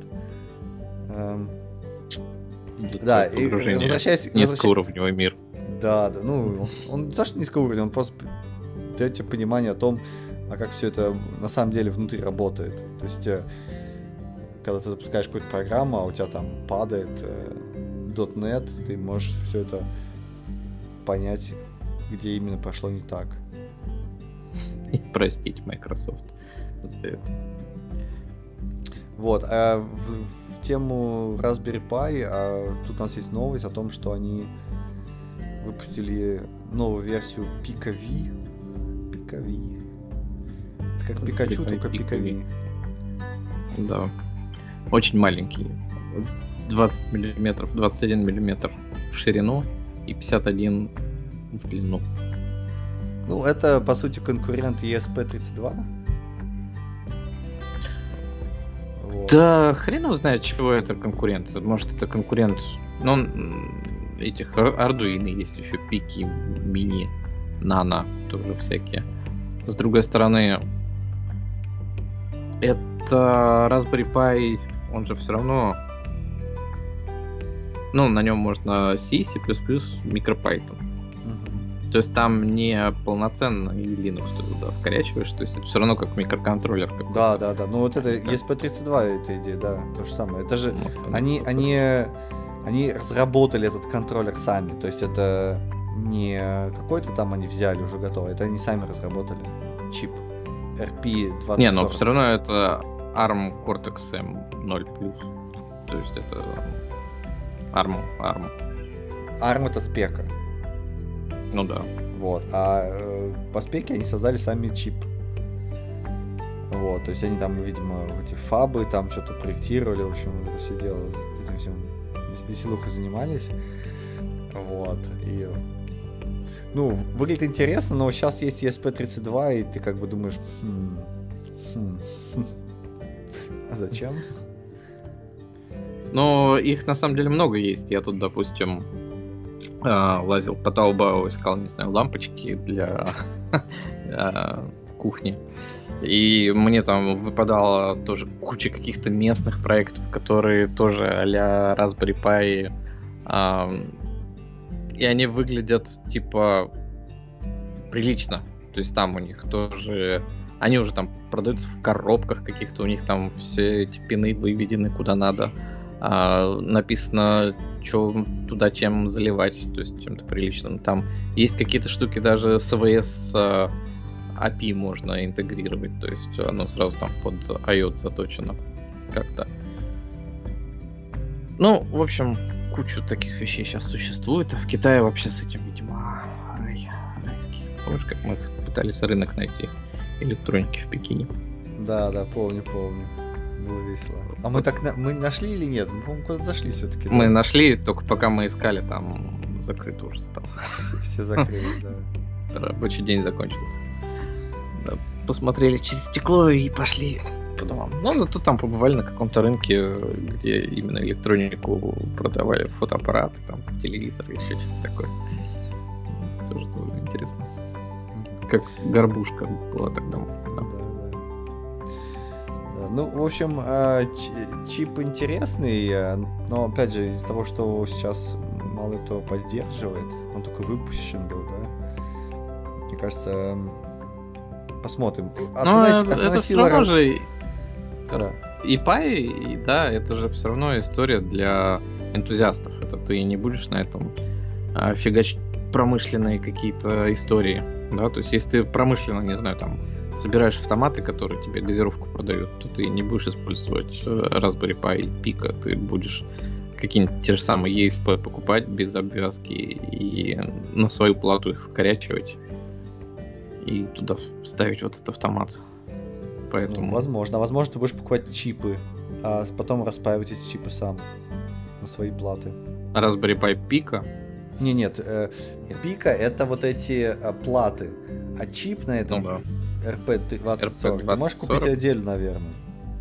[SPEAKER 1] да, и возвращаясь...
[SPEAKER 2] Низкоуровневый мир.
[SPEAKER 1] Да, ну, он не то, что низкоуровневый, он просто дает тебе понимание о том, как все это на самом деле внутри работает. То есть, когда ты запускаешь какую-то программу, а у тебя там падает .NET, ты можешь все это понять, где именно пошло не так.
[SPEAKER 2] И простить Microsoft за это.
[SPEAKER 1] Вот, в тему Raspberry Pi, тут у нас есть новость о том, что они выпустили новую версию Pico V. Это как Пикачу, только Pico V.
[SPEAKER 2] Да. Очень маленький. 20 мм, 21 мм в ширину и 51 в длину.
[SPEAKER 1] Ну, это, по сути, конкурент ESP32. Вот.
[SPEAKER 2] Да, хрен его знает, чего это конкурент. Может, это конкурент... Ну, этих Arduino есть еще, Пики, Мини, Нано, тоже всякие. С другой стороны, это Raspberry Pi, он же все равно... Ну, на нем можно C, C++, MicroPython. То есть там не полноценно и Linux ты туда вкорячиваешь, то есть это все равно как микроконтроллер какой-то.
[SPEAKER 1] Да. Ну вот это ESP32 эта идея, да, то же самое. Это же они разработали этот контроллер сами, то есть это не какой-то там они взяли уже готовый, это они сами разработали чип RP2040.
[SPEAKER 2] Не, но все равно это ARM Cortex M0+. То есть это ARM.
[SPEAKER 1] ARM это спека.
[SPEAKER 2] Ну да.
[SPEAKER 1] Вот. А по спеке они создали сами чип. Вот, то есть они там, видимо, в эти фабы там что-то проектировали, в общем, это все дело, этим всем веселухой занимались. Вот, и... Ну, выглядит интересно, но сейчас есть ESP32, и ты как бы думаешь, а зачем?
[SPEAKER 2] Но их на самом деле много есть. Я тут, допустим, лазил по Таобао, искал, не знаю, лампочки для кухни. И мне там выпадала тоже куча каких-то местных проектов, которые тоже а-ля Raspberry Pi. И они выглядят, типа, прилично. То есть там у них тоже... Они уже там продаются в коробках каких-то, у них там все эти пины выведены куда надо. Написано, что туда чем заливать, то есть чем-то приличным. Там есть какие-то штуки, даже с AWS API можно интегрировать, то есть оно сразу там под IoT заточено как-то. Ну, в общем, кучу таких вещей сейчас существует, а в Китае вообще с этим, видимо, райский. Помнишь, как мы пытались рынок найти электроники в Пекине?
[SPEAKER 1] Да, помню. Было весело. А мы нашли или нет? Мы, по-моему, куда-то зашли все-таки.
[SPEAKER 2] Мы нашли, только пока мы искали, там закрыто уже стало.
[SPEAKER 1] Все закрылись, да.
[SPEAKER 2] Рабочий день закончился. Да, посмотрели через стекло и пошли по домам. Но зато там побывали на каком-то рынке, где именно электронику продавали, фотоаппараты, там, телевизор и еще что-то такое. Тоже довольно интересно. Как горбушка была тогда. Да.
[SPEAKER 1] Ну, в общем, чип интересный, но, опять же, из-за того, что сейчас мало кто поддерживает, он только выпущен был, да? Мне кажется, посмотрим.
[SPEAKER 2] Это все равно же...
[SPEAKER 1] Да.
[SPEAKER 2] И Pi, да, это же все равно история для энтузиастов. Это ты не будешь на этом фигачить промышленные какие-то истории, да? То есть, если ты промышленно, не знаю, там, собираешь автоматы, которые тебе газировку продают, то ты не будешь использовать Raspberry Pi Pico, ты будешь какие-нибудь те же самые ESP покупать без обвязки и на свою плату их вкорячивать и туда ставить вот этот автомат. Поэтому...
[SPEAKER 1] Ну, возможно, ты будешь покупать чипы, а потом распаивать эти чипы сам на свои платы.
[SPEAKER 2] Raspberry Pi Pico?
[SPEAKER 1] Нет. Pico это вот эти платы, а чип на этом...
[SPEAKER 2] Ну, да.
[SPEAKER 1] RP2040. Ты можешь купить отдельно, наверное.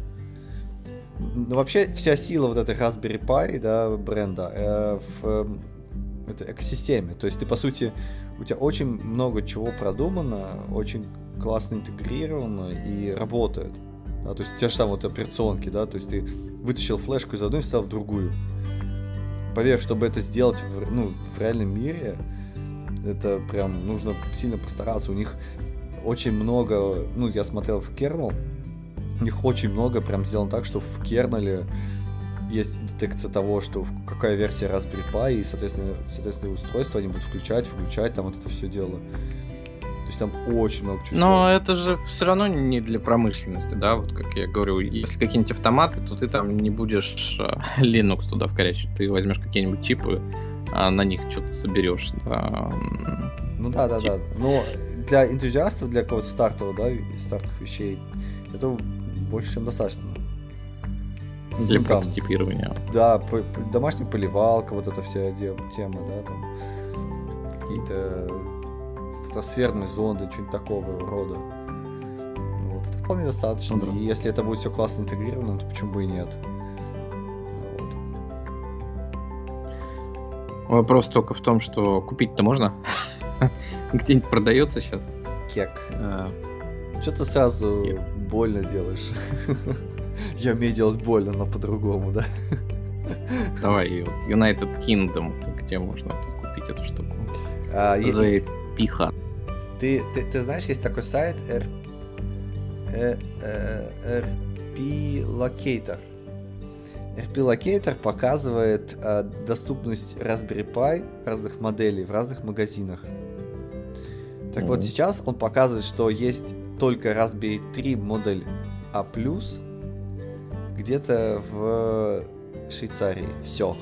[SPEAKER 1] Ну, вообще, вся сила вот этой Raspberry Pi, да, бренда, в этой экосистеме. То есть ты, по сути, у тебя очень много чего продумано, очень классно интегрировано и работает. Да, то есть те же самые вот операционки, да, то есть ты вытащил флешку из одной и вставил в другую. Поверь, чтобы это сделать в реальном мире, это прям нужно сильно постараться. У них очень много, я смотрел в Kernel, у них очень много прям сделано так, что в Kernel есть детекция того, что какая версия Raspberry Pi, и, соответственно, устройство они будут включать, там вот это все дело. То есть там очень много чего.
[SPEAKER 2] Но это же все равно не для промышленности, да, вот как я говорю, если какие-нибудь автоматы, то ты там не будешь Linux туда вкорячивать, ты возьмешь какие-нибудь чипы, а на них что-то соберешь, да.
[SPEAKER 1] Ну да. Но для энтузиастов, для какого-то стартового, да, стартовых вещей, это больше, чем достаточно.
[SPEAKER 2] Для прототипирования.
[SPEAKER 1] Да, домашняя поливалка, вот эта вся тема, да, там какие-то стратосферные зонды, что-нибудь такого рода. Вот, это вполне достаточно.
[SPEAKER 2] Да.
[SPEAKER 1] И если это будет все классно интегрировано, то почему бы и нет? Вот.
[SPEAKER 2] Вопрос только в том, что купить-то можно? Где-нибудь продается сейчас?
[SPEAKER 1] Кек. Что ты сразу больно делаешь? Я умею делать больно, но по-другому, да?
[SPEAKER 2] Давай, United Kingdom, где можно тут купить эту штуку? За пиха.
[SPEAKER 1] Ты знаешь, есть такой сайт RP Locator. RP Locator показывает доступность Raspberry Pi разных моделей в разных магазинах. Так вот, сейчас он показывает, что есть только Raspberry 3 модель A+, где-то в Швейцарии. Все.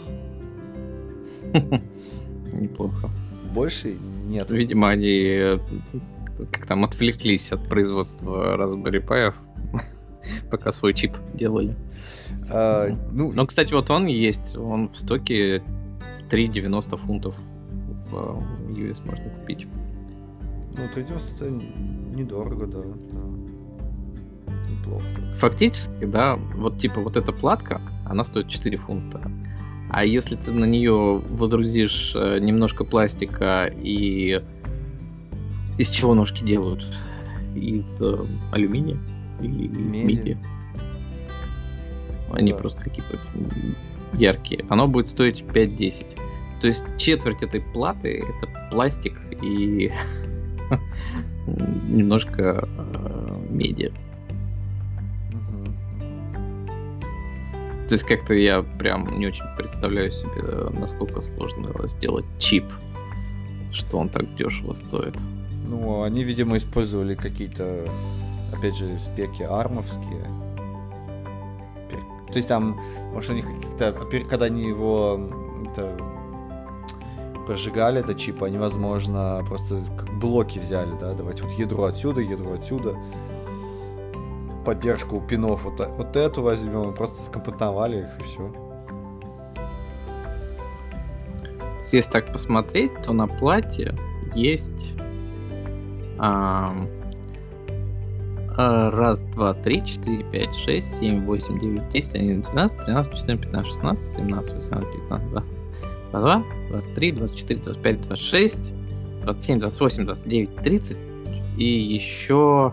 [SPEAKER 2] Неплохо.
[SPEAKER 1] Больше нет.
[SPEAKER 2] Видимо, они как там отвлеклись от производства Raspberry Pi, пока свой чип делали. Но, кстати, вот он есть, он в стоке 3,90 фунтов в US можно купить.
[SPEAKER 1] Ну, 3,90 это недорого, да. Неплохо.
[SPEAKER 2] Фактически, да, вот типа вот эта платка, она стоит 4 фунта. А если ты на нее водрузишь немножко пластика и... Из чего ножки делают? Из алюминия или из меди? Они просто какие-то яркие. Оно будет стоить 5-10. То есть четверть этой платы — это пластик и немножко меди. То есть как-то я прям не очень представляю себе, насколько сложно сделать чип, что он так дешево стоит.
[SPEAKER 1] Ну, они, видимо, использовали какие-то, опять же, спеки армовские. То есть там, может, у них какие-то, когда они его прожигали, этот чип, они, возможно, просто как блоки взяли, да, давайте вот ядро отсюда, поддержку пинов вот эту возьмем, просто скомпоновали их и все.
[SPEAKER 2] Если так посмотреть, то на плате есть раз, два, три, 4, 5, 6, 7, 8, 9, 10, 11, 12, 13, 14, 15, 16, 17, 18, 19, 20, 22, 23, 24, 25, 26, 27, 28, 29, 30 и еще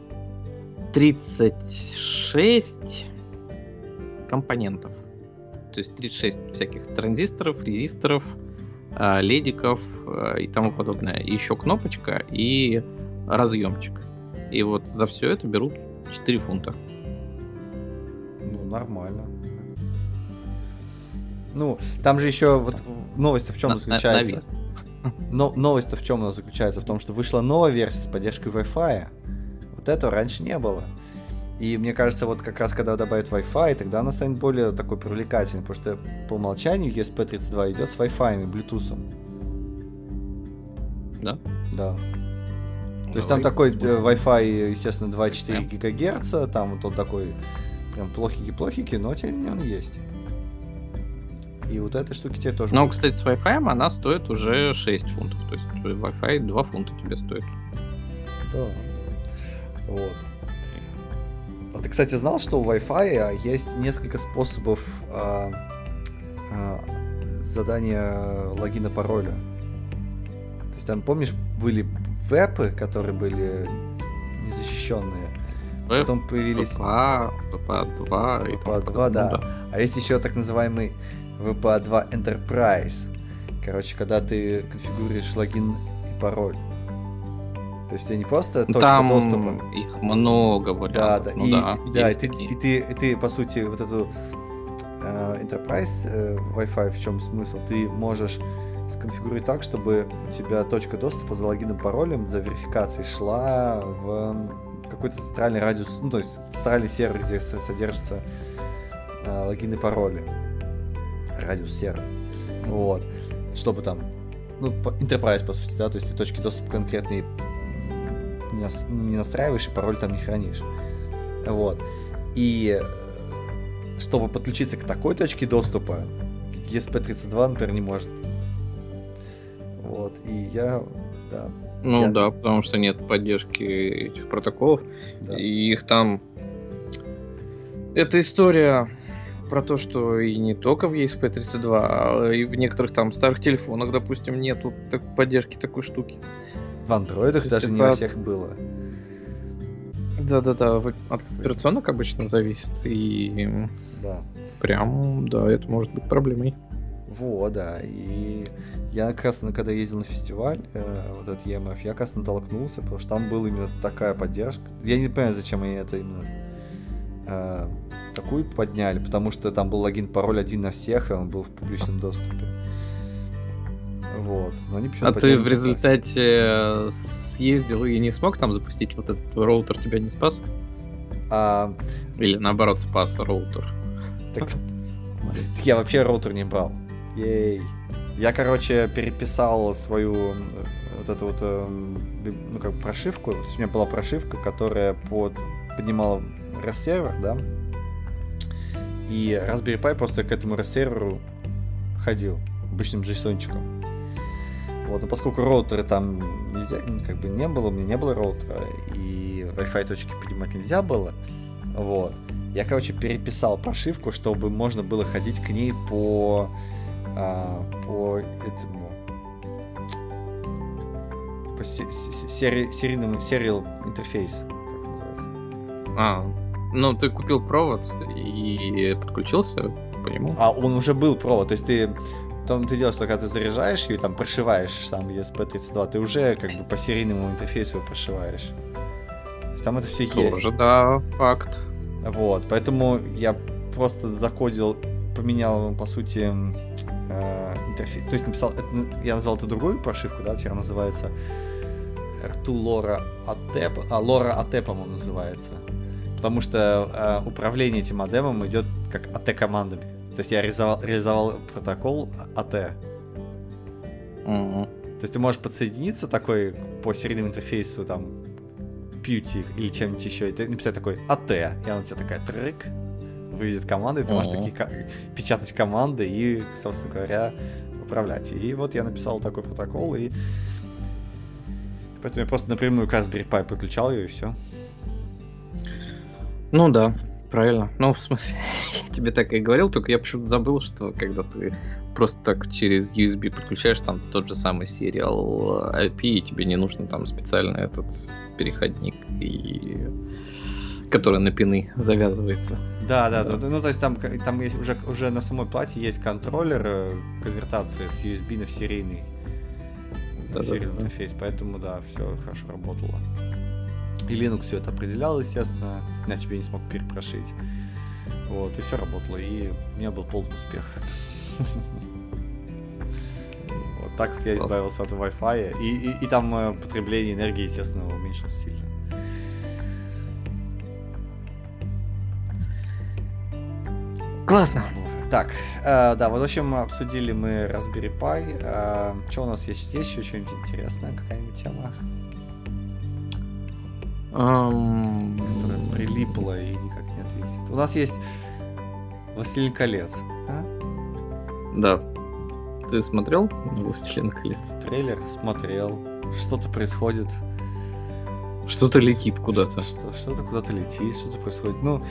[SPEAKER 2] 36 компонентов. То есть 36 всяких транзисторов, резисторов, ледиков и тому подобное. И еще кнопочка и разъемчик. И вот за все это берут 4 фунта.
[SPEAKER 1] Ну, нормально. Ну, там же еще вот новость в чем заключается? Новость в чем она заключается? В том, что вышла новая версия с поддержкой Wi-Fi. Вот этого раньше не было. И мне кажется, вот как раз когда добавят Wi-Fi, тогда она станет более такой привлекательной, потому что по умолчанию ESP32 идет с Wi-Fi и Bluetooth.
[SPEAKER 2] Да?
[SPEAKER 1] Да. То есть там такой Wi-Fi, естественно, 2,4 ГГц, там вот он такой прям плохенький, но тем не менее он есть. И вот этой штуки тебе тоже...
[SPEAKER 2] Ну, кстати, с Wi-Fi она стоит уже 6 фунтов. То есть Wi-Fi 2 фунта тебе стоит.
[SPEAKER 1] Да. Вот. А ты, кстати, знал, что у Wi-Fi есть несколько способов задания логина пароля? То есть там, помнишь, были вебы, которые были незащищенные? Потом появились...
[SPEAKER 2] VPA2 и
[SPEAKER 1] VPA2, да. А есть еще так называемый VPA2 Enterprise. Короче, когда ты конфигурируешь логин и пароль. То есть тебе не просто точка
[SPEAKER 2] там
[SPEAKER 1] доступа.
[SPEAKER 2] Их много вариантов.
[SPEAKER 1] И ты, по сути, вот эту Enterprise Wi-Fi, в чем смысл? Ты можешь сконфигурировать так, чтобы у тебя точка доступа за логином и паролем, за верификацией шла в какой-то центральный радиус, ну, то есть центральный сервер, где содержатся логины и пароли. Радиус сервера. Вот. Чтобы там, ну, Enterprise, по сути, да, то есть ты точки доступа конкретные не настраиваешь и пароль там не хранишь. Вот. И чтобы подключиться к такой точке доступа, ESP32, например, не может. Вот. И
[SPEAKER 2] да, потому что нет поддержки этих протоколов.
[SPEAKER 1] Да.
[SPEAKER 2] И их там... Это история про то, что и не только в ESP32, а и в некоторых там старых телефонах, допустим, нету поддержки такой штуки.
[SPEAKER 1] В андроидах даже не во всех было.
[SPEAKER 2] Да-да-да, от операционок обычно зависит, и прям, да, это может быть проблемой.
[SPEAKER 1] Вот, да, и я как раз, когда ездил на фестиваль, вот этот EMF, я как раз натолкнулся, потому что там была именно такая поддержка. Я не понимаю, зачем они это именно такую подняли, потому что там был логин, пароль один на всех, и он был в публичном доступе. Вот. Но они почему-то
[SPEAKER 2] ты в результате съездил и не смог там запустить вот этот роутер, тебя не спас? Или наоборот спас роутер?
[SPEAKER 1] Так я вообще роутер не брал. Ей. Я, короче, переписал свою вот эту вот ну, как бы прошивку. То есть у меня была прошивка, которая поднимала REST-сервер, да, и Raspberry Pi просто к этому REST-серверу ходил обычным JSON-чиком. Вот, но поскольку роутера там нельзя, как бы не было, у меня не было роутера, и Wi-Fi точки поднимать нельзя было, вот, я, короче, переписал прошивку, чтобы можно было ходить к ней по этому, по серийному serial интерфейс, как называется.
[SPEAKER 2] Ну, ты купил провод и подключился по нему?
[SPEAKER 1] Он уже был провод, то есть ты делаешь, что когда ты заряжаешь ее, там прошиваешь сам ESP32, ты уже как бы по серийному интерфейсу его прошиваешь. То есть там это все есть.
[SPEAKER 2] Тоже, да, факт.
[SPEAKER 1] Вот, поэтому я просто закодил, поменял, по сути, интерфейс. То есть я назвал это другую прошивку, да, теперь называется R2 LoRa AT, LoRa AT, по-моему, называется. Потому что управление этим модемом идет как AT-командами. То есть я реализовал протокол AT. То есть ты можешь подсоединиться такой по серийному интерфейсу, там, Qt или чем-нибудь еще, и ты написать такой AT, и она тебе такая трек, выведет команды, и ты можешь такие печатать команды и, собственно говоря, управлять. И вот я написал такой протокол, и поэтому я просто напрямую к Raspberry Pi подключал ее, и все.
[SPEAKER 2] Ну да, правильно. Ну, в смысле, я тебе так и говорил, только я почему-то забыл, что когда ты просто так через USB подключаешь там тот же самый сериал IP, и тебе не нужно там специально этот переходник, который на пины завязывается.
[SPEAKER 1] Да. Ну, то есть там есть уже на самой плате есть контроллер конвертации с USB на серийный интерфейс, поэтому да, все хорошо работало. И Linux все это определял, естественно, иначе бы я не смог перепрошить. Вот, и все работало, и у меня был полный успех. Вот так вот я избавился от Wi-Fi, и там потребление энергии, естественно, уменьшилось сильно.
[SPEAKER 2] Классно.
[SPEAKER 1] Так, да, вот в общем обсудили мы Raspberry Pi. Что у нас есть? Есть еще что-нибудь интересное, какая-нибудь тема? Которая прилипла и никак не отвисит. У нас есть «Властелин колец».
[SPEAKER 2] Да. Ты смотрел «Властелин колец»?
[SPEAKER 1] Трейлер смотрел. Что-то происходит.
[SPEAKER 2] Что-то летит куда-то.
[SPEAKER 1] Что-то куда-то летит, что-то происходит. Ну,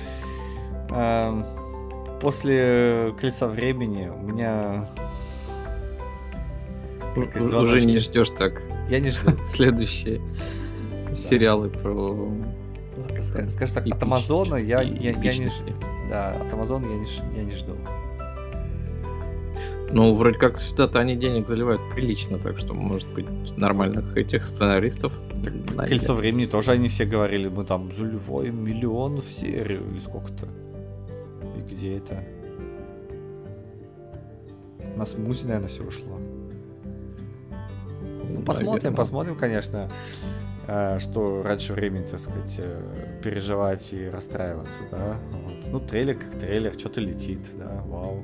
[SPEAKER 1] после «Колеса времени» у меня...
[SPEAKER 2] Уже не ждешь так.
[SPEAKER 1] Я не жду.
[SPEAKER 2] Следующие сериалы про...
[SPEAKER 1] Скажем так, от Амазона я не жду. Да, от Амазона я не жду.
[SPEAKER 2] Ну, вроде как сюда-то они денег заливают прилично, так что, может быть, нормальных этих сценаристов.
[SPEAKER 1] «Кольцо времени» тоже они все говорили, мы там заливаем 1 миллион в серию или сколько-то. И где это? На смузи, наверное, все ушло. Ну, посмотрим, конечно, что раньше времени, так сказать, переживать и расстраиваться, да. Вот. Ну, трейлер как трейлер, что-то летит, да, вау.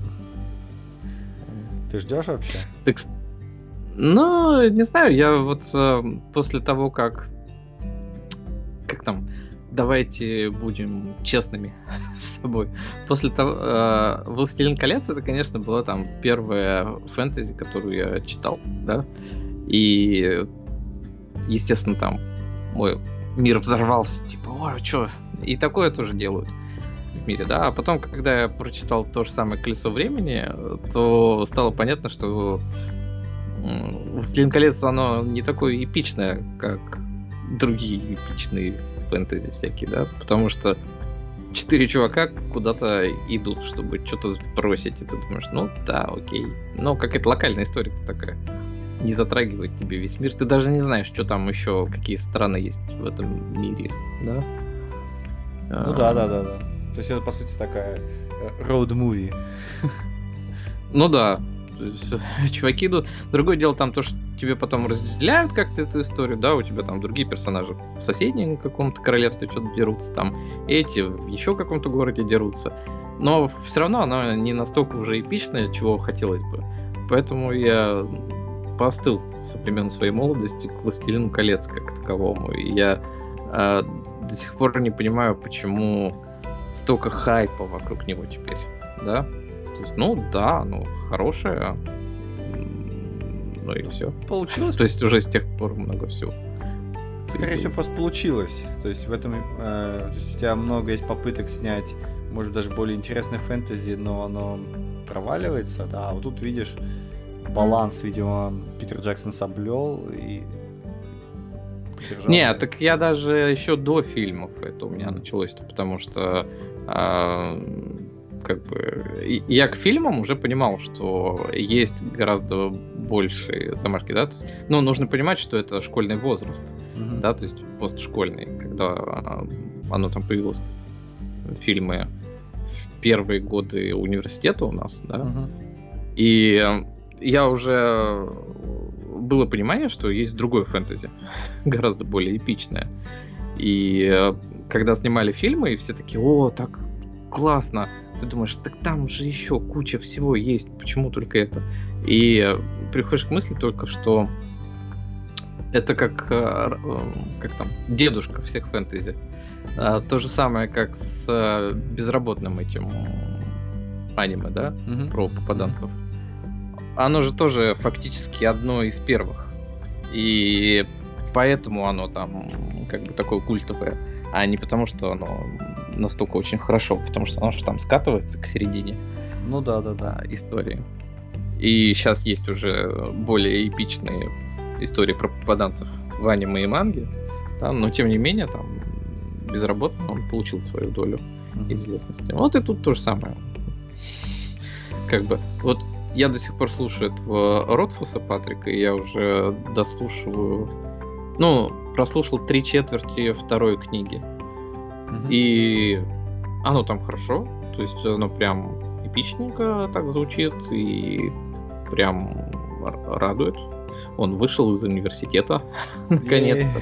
[SPEAKER 1] Ты ждешь вообще?
[SPEAKER 2] Ну, не знаю, я вот после того, как там, давайте будем честными с собой. После того, «Властелин колец» это, конечно, была там первая фэнтези, которую я читал, да, и, естественно, там мой мир взорвался, типа, ой, чё, и такое тоже делают в мире, да, а потом, когда я прочитал то же самое «Колесо времени», то стало понятно, что «Властелин колец», оно не такое эпичное, как другие эпичные фэнтези всякие, да, потому что 4 чувака куда-то идут, чтобы что-то сбросить, и ты думаешь, ну да, окей, но какая-то локальная история такая, не затрагивает тебе весь мир, ты даже не знаешь, что там еще, какие страны есть в этом мире, да?
[SPEAKER 1] Ну да. То есть это, по сути, такая роуд-муви.
[SPEAKER 2] Ну да, чуваки идут. Другое дело там то, что тебе потом разделяют как-то эту историю, да, у тебя там другие персонажи в соседнем каком-то королевстве что-то дерутся, там эти в еще каком-то городе дерутся, но все равно она не настолько уже эпичная, чего хотелось бы. Поэтому я поостыл со времен своей молодости к «Властелину колец» как таковому. И я до сих пор не понимаю, почему столько хайпа вокруг него теперь, да? То есть, хорошее, и все.
[SPEAKER 1] Получилось?
[SPEAKER 2] То есть уже с тех пор много всего.
[SPEAKER 1] Скорее всего, просто получилось. То есть в этом, то есть у тебя много есть попыток снять, может даже более интересное фэнтези, но оно проваливается, да. А вот тут видишь, баланс, видимо, Питер Джексон соблюл и...
[SPEAKER 2] Не, так я даже еще до фильмов это у меня началось-то, потому что я к фильмам уже понимал, что есть гораздо большие замашки, да. Но нужно понимать, что это школьный возраст, да, то есть постшкольный, когда оно там появилось, фильмы в первые годы университета у нас, да. И я уже было понимание, что есть другое фэнтези, гораздо более эпичное. И когда снимали фильмы, и все такие: о, так классно. Ты думаешь, так там же еще куча всего есть, почему только это? И приходишь к мысли только, что это как там, дедушка всех фэнтези. То же самое, как с безработным этим аниме, да, про попаданцев. Оно же тоже фактически одно из первых. И поэтому оно там как бы такое культовое. А не потому, что оно настолько очень хорошо, потому что оно же там скатывается к середине.
[SPEAKER 1] Ну да.
[SPEAKER 2] Истории. И сейчас есть уже более эпичные истории про попаданцев в аниме и манге. Да, но тем не менее, там безработный, он получил свою долю известности. Вот и тут то же самое. Как бы, вот я до сих пор слушаю этого Ротфуса Патрика, и я уже дослушиваю, прослушал 3/4 второй книги. И оно там хорошо, то есть оно прям эпичненько так звучит и прям радует. Он вышел из университета наконец-то.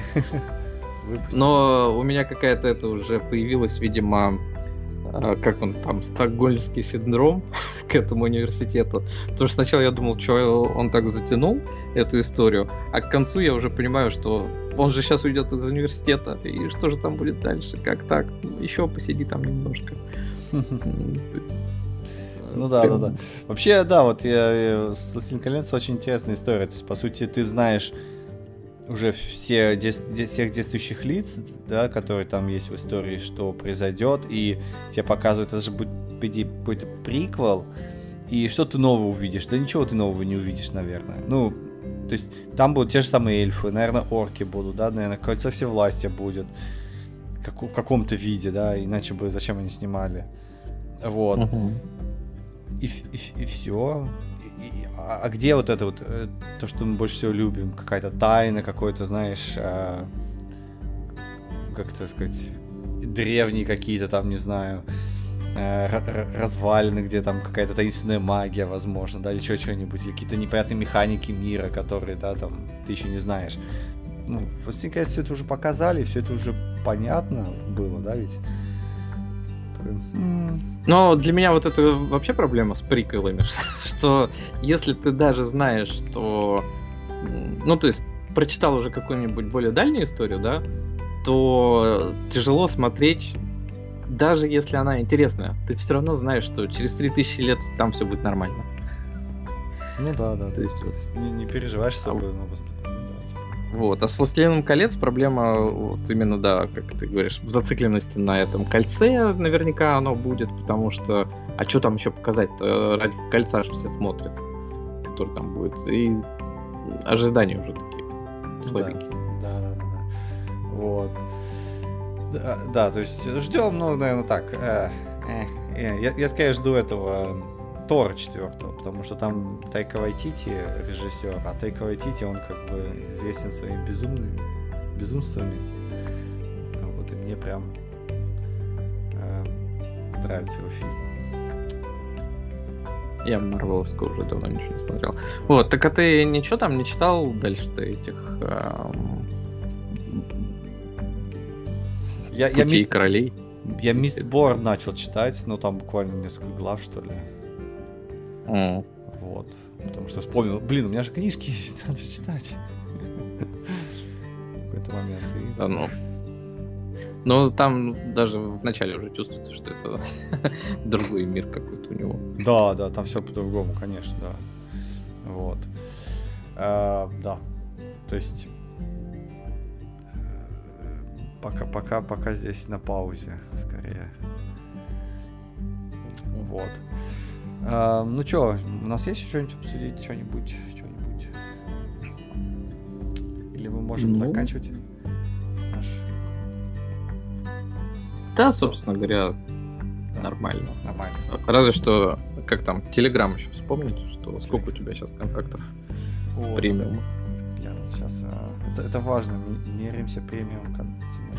[SPEAKER 2] Но у меня какая-то это уже появилась, видимо, как он там, стокгольмский синдром к этому университету. Потому что сначала я думал, что он так затянул эту историю, а к концу я уже понимаю, что он же сейчас уйдет из университета, и что же там будет дальше, как так, еще посиди там немножко.
[SPEAKER 1] Ну да. Вообще, да, вот «Властелин колец» очень интересная история. То есть, по сути, ты знаешь уже всех действующих лиц, да, которые там есть в истории, что произойдет, и тебе показывают, это же будет какой-то приквел, и что ты нового увидишь? Да ничего ты нового не увидишь, наверное. Ну, то есть там будут те же самые эльфы, наверное, орки будут, да, наверное, кольцо всевластия будет в каком-то виде, да, иначе бы зачем они снимали. Вот. И все. А где вот это вот, то, что мы больше всего любим, какая-то тайна, какой-то, знаешь, как это сказать, древние какие-то там, не знаю, развалины, где там какая-то таинственная магия, возможно, да, или что-нибудь, или какие-то непонятные механики мира, которые, да, там, ты еще не знаешь. Ну, вот, все это уже показали, все это уже понятно было, да, ведь?
[SPEAKER 2] Но для меня вот это вообще проблема с приквелами, что если ты даже знаешь, что... то есть прочитал уже какую-нибудь более дальнюю историю, да, то тяжело смотреть, даже если она интересная. Ты все равно знаешь, что через 3000 лет там все будет нормально.
[SPEAKER 1] Ну да.
[SPEAKER 2] То есть
[SPEAKER 1] не переживаешь с собой.
[SPEAKER 2] Вот, а с «Властелином колец» проблема вот именно, да, как ты говоришь, в зацикленности на этом кольце наверняка оно будет, потому что, а что там еще показать-то? Ради кольца же все смотрят, который там будет, и ожидания уже такие слабенькие.
[SPEAKER 1] Да. Вот. Да, то есть ждем, наверное, так. Я скорее жду этого Тора 4, потому что там Тайка Вайтити режиссер, а Тайка Вайтити, он как бы известен своими безумствами. Вот, и мне прям нравится его фильм.
[SPEAKER 2] Я Марвеловского уже давно ничего не смотрел. Вот, так а ты ничего там не читал дальше-то этих Путей королей?
[SPEAKER 1] Я Мистборн начал читать, но там буквально несколько глав, что ли. Вот. Потому что вспомнил, блин, у меня же книжки есть, надо читать. В какой-то момент.
[SPEAKER 2] Да, ну. Но там даже в начале уже чувствуется, что это другой мир какой-то у него.
[SPEAKER 1] Да, там все по-другому, конечно, да. Вот. Да. То есть пока здесь на паузе, скорее. Вот. Ну чё, у нас есть еще что-нибудь обсудить? Что-нибудь? Или мы можем заканчивать наш...
[SPEAKER 2] Да, собственно говоря, нормально.
[SPEAKER 1] Нормально.
[SPEAKER 2] Разве что, как там, Telegram еще вспомнить, что сколько у тебя сейчас контактов премиум.
[SPEAKER 1] Сейчас это важно, меряемся премиум контактами.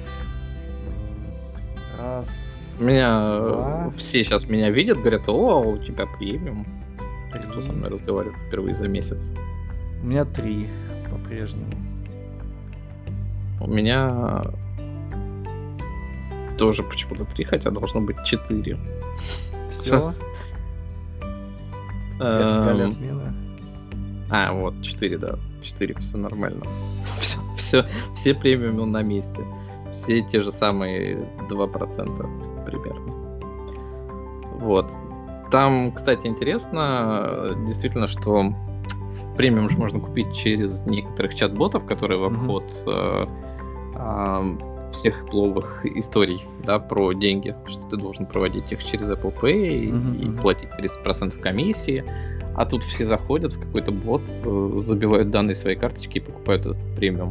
[SPEAKER 1] Раз.
[SPEAKER 2] Меня все сейчас меня видят, говорят: о, у тебя премиум. Кто со мной разговаривает впервые за месяц?
[SPEAKER 1] У меня 3 по-прежнему.
[SPEAKER 2] У меня тоже почему-то 3, хотя должно быть 4.
[SPEAKER 1] Все? Дали отмена?
[SPEAKER 2] Вот, 4, да. 4, все нормально. Все премиумы на месте. Все те же самые 2% примерно. Вот. Там, кстати, интересно, действительно, что премиум же можно купить через некоторых чат-ботов, которые в обход всех пловых историй, да, про деньги, что ты должен проводить их через Apple Pay и платить 30% комиссии. А тут все заходят в какой-то бот, забивают данные своей карточки и покупают этот премиум.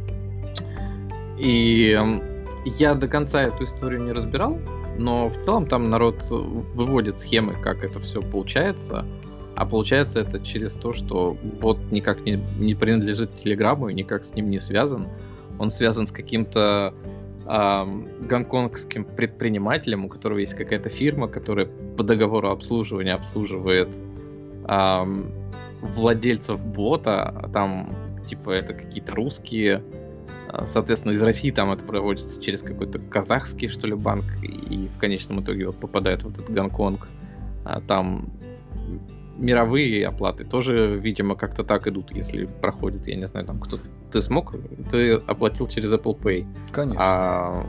[SPEAKER 2] И я до конца эту историю не разбирал, но в целом там народ выводит схемы, как это все получается. А получается это через то, что бот никак не принадлежит Телеграму и никак с ним не связан. Он связан с каким-то гонконгским предпринимателем, у которого есть какая-то фирма, которая по договору обслуживания обслуживает владельцев бота. Там типа это какие-то русские. Соответственно, из России там это проводится через какой-то казахский, что ли, банк, и в конечном итоге вот попадает в этот Гонконг. Там мировые оплаты тоже, видимо, как-то так идут, если проходит, я не знаю, там кто-то... Ты оплатил через Apple Pay.
[SPEAKER 1] Конечно.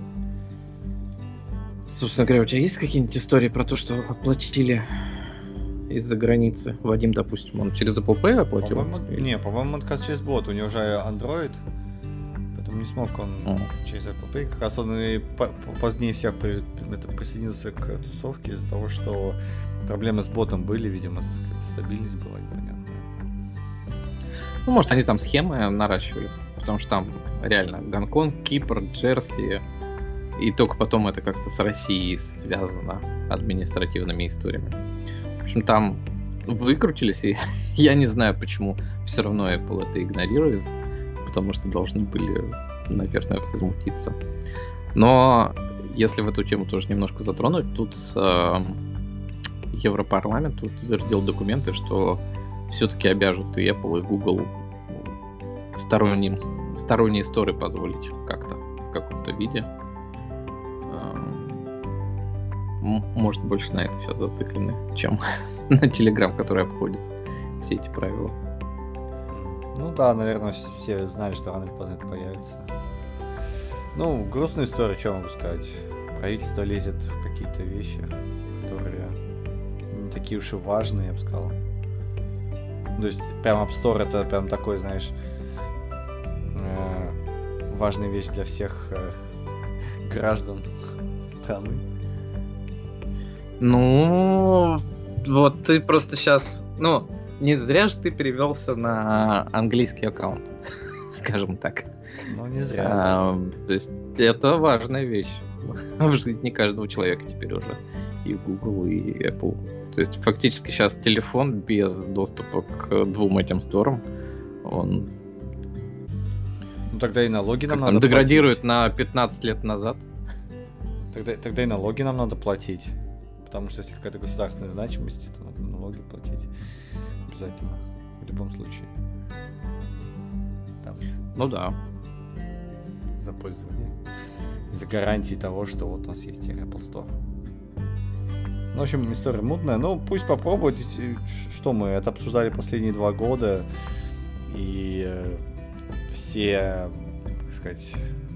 [SPEAKER 2] Собственно говоря, у тебя есть какие-нибудь истории про то, что оплатили из-за границы? Вадим, допустим, он через Apple Pay оплатил?
[SPEAKER 1] По-моему, он как через бот. У него уже Android, поэтому не смог он через Apple Pay. Как раз он и позднее всех присоединился к тусовке из-за того, что проблемы с ботом были, видимо, стабильность была непонятная.
[SPEAKER 2] Ну, может, они там схемы наращивали, потому что там реально Гонконг, Кипр, Джерси, и только потом это как-то с Россией связано административными историями. В общем, там выкрутились, и я не знаю, почему все равно Apple это игнорирует, потому что должны были, наверное, возмутиться. Но если в эту тему тоже немножко затронуть, тут Европарламент утвердил документы, что все-таки обяжут и Apple, и Google сторонние сторы позволить как-то, в каком-то виде. Может, больше на это все зациклены, чем на Telegram, который обходит все эти правила.
[SPEAKER 1] Ну да, наверное, все знали, что рано или поздно это появится. Ну, грустная история, что могу сказать. Правительство лезет в какие-то вещи, которые не такие уж и важные, я бы сказал. То есть, прям App Store это прям такой, знаешь, важная вещь для всех граждан страны.
[SPEAKER 2] Ну, вот ты просто сейчас... Ну, не зря же ты перевелся на английский аккаунт, скажем так.
[SPEAKER 1] Ну, не зря.
[SPEAKER 2] То есть, это важная вещь в жизни каждого человека теперь уже. И Google, и Apple. То есть, фактически сейчас телефон без доступа к двум этим сторам, он...
[SPEAKER 1] Ну, тогда и налоги нам надо
[SPEAKER 2] платить. Деградирует
[SPEAKER 1] платить.
[SPEAKER 2] На 15 лет назад.
[SPEAKER 1] Тогда и налоги нам надо платить. Потому что если какая-то государственная значимость, то надо налоги платить обязательно. В любом случае. Там.
[SPEAKER 2] Ну да.
[SPEAKER 1] За пользование. За гарантии того, что вот у нас есть Apple Store. Ну, в общем, история мутная. Ну, пусть попробуют. Что мы это обсуждали последние 2 года. И все, как сказать,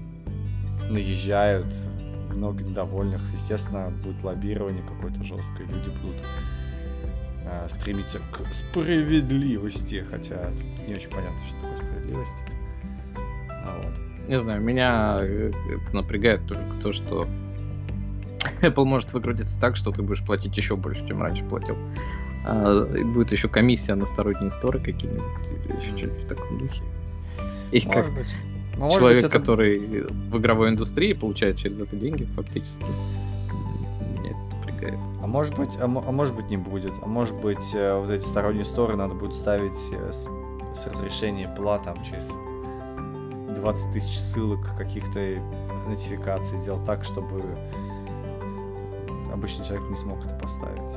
[SPEAKER 1] наезжают. Много недовольных. Естественно, будет лоббирование какое-то жесткое. Люди будут стремиться к справедливости. Хотя не очень понятно, что такое справедливость. Вот.
[SPEAKER 2] Не знаю, меня это напрягает только то, что Apple может выкрутиться так, что ты будешь платить еще больше, чем раньше платил. И будет еще комиссия на сторонние сторы какие-нибудь, или еще что-нибудь в таком духе. И
[SPEAKER 1] Может
[SPEAKER 2] как
[SPEAKER 1] быть.
[SPEAKER 2] человек, который в игровой индустрии получает через это деньги, фактически, меня это напрягает.
[SPEAKER 1] А может быть не будет. А может быть вот эти сторонние сторы надо будет ставить с разрешения Apple там через 20 тысяч ссылок, каких-то нотификаций сделать так, чтобы обычный человек не смог это поставить.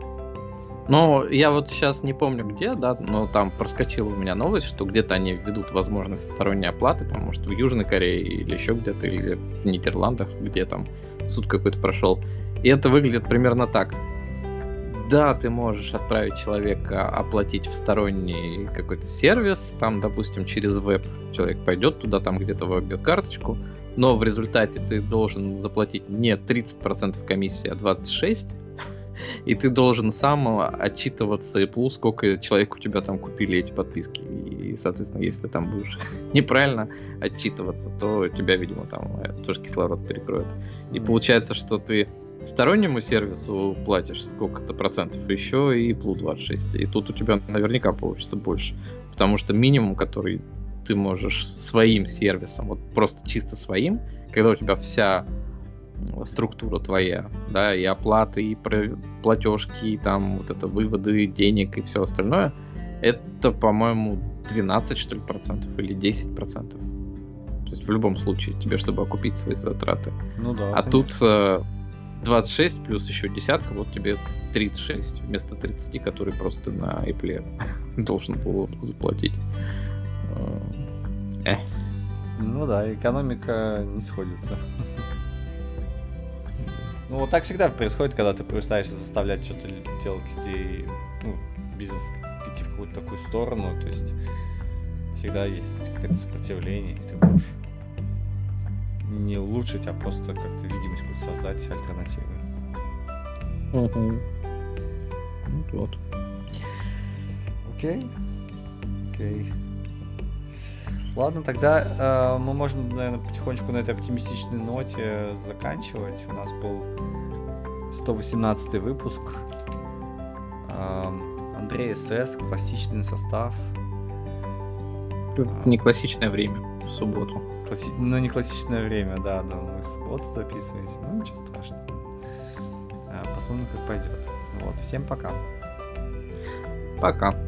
[SPEAKER 2] Ну, я вот сейчас не помню где, да, но там проскочила у меня новость, что где-то они введут возможность сторонней оплаты, там, может, в Южной Корее или еще где-то, или в Нидерландах, где там суд какой-то прошел. И это выглядит примерно так. Да, ты можешь отправить человека оплатить в сторонний какой-то сервис, там, допустим, через веб человек пойдет туда, там где-то вобьет карточку, но в результате ты должен заплатить не 30% комиссии, а 26%, и ты должен сам отчитываться Apple, сколько человек у тебя там купили эти подписки. И, соответственно, если ты там будешь неправильно отчитываться, то тебя, видимо, там тоже кислород перекроет. И получается, что ты стороннему сервису платишь сколько-то процентов, еще и Apple 26. И тут у тебя наверняка получится больше. Потому что минимум, который ты можешь своим сервисом, вот просто чисто своим, когда у тебя вся структура твоя, да, и оплаты, и платежки, и там вот это выводы денег и все остальное, это, по-моему, 12, что ли, процентов или 10%. То есть в любом случае тебе, чтобы окупить свои затраты.
[SPEAKER 1] Ну да.
[SPEAKER 2] А
[SPEAKER 1] конечно.
[SPEAKER 2] тут 26 плюс еще десятка, вот тебе 36 вместо 30, который просто на Apple должен был заплатить.
[SPEAKER 1] Ну да, экономика не сходится. Ну, вот так всегда происходит, когда ты пытаешься заставлять что-то делать людей, ну, бизнес идти в какую-то такую сторону, то есть всегда есть какое-то сопротивление, и ты можешь не улучшить, а просто как-то видимость какую-то создать альтернативу.
[SPEAKER 2] Вот.
[SPEAKER 1] Окей. Ладно, тогда мы можем, наверное, потихонечку на этой оптимистичной ноте заканчивать. У нас был 118 выпуск. Андрей СС, классичный состав.
[SPEAKER 2] Не классичное время, в субботу.
[SPEAKER 1] Ну, не классичное время, да, мы в субботу записываемся, ну ничего страшного. Посмотрим, как пойдет. Вот, всем пока.
[SPEAKER 2] Пока.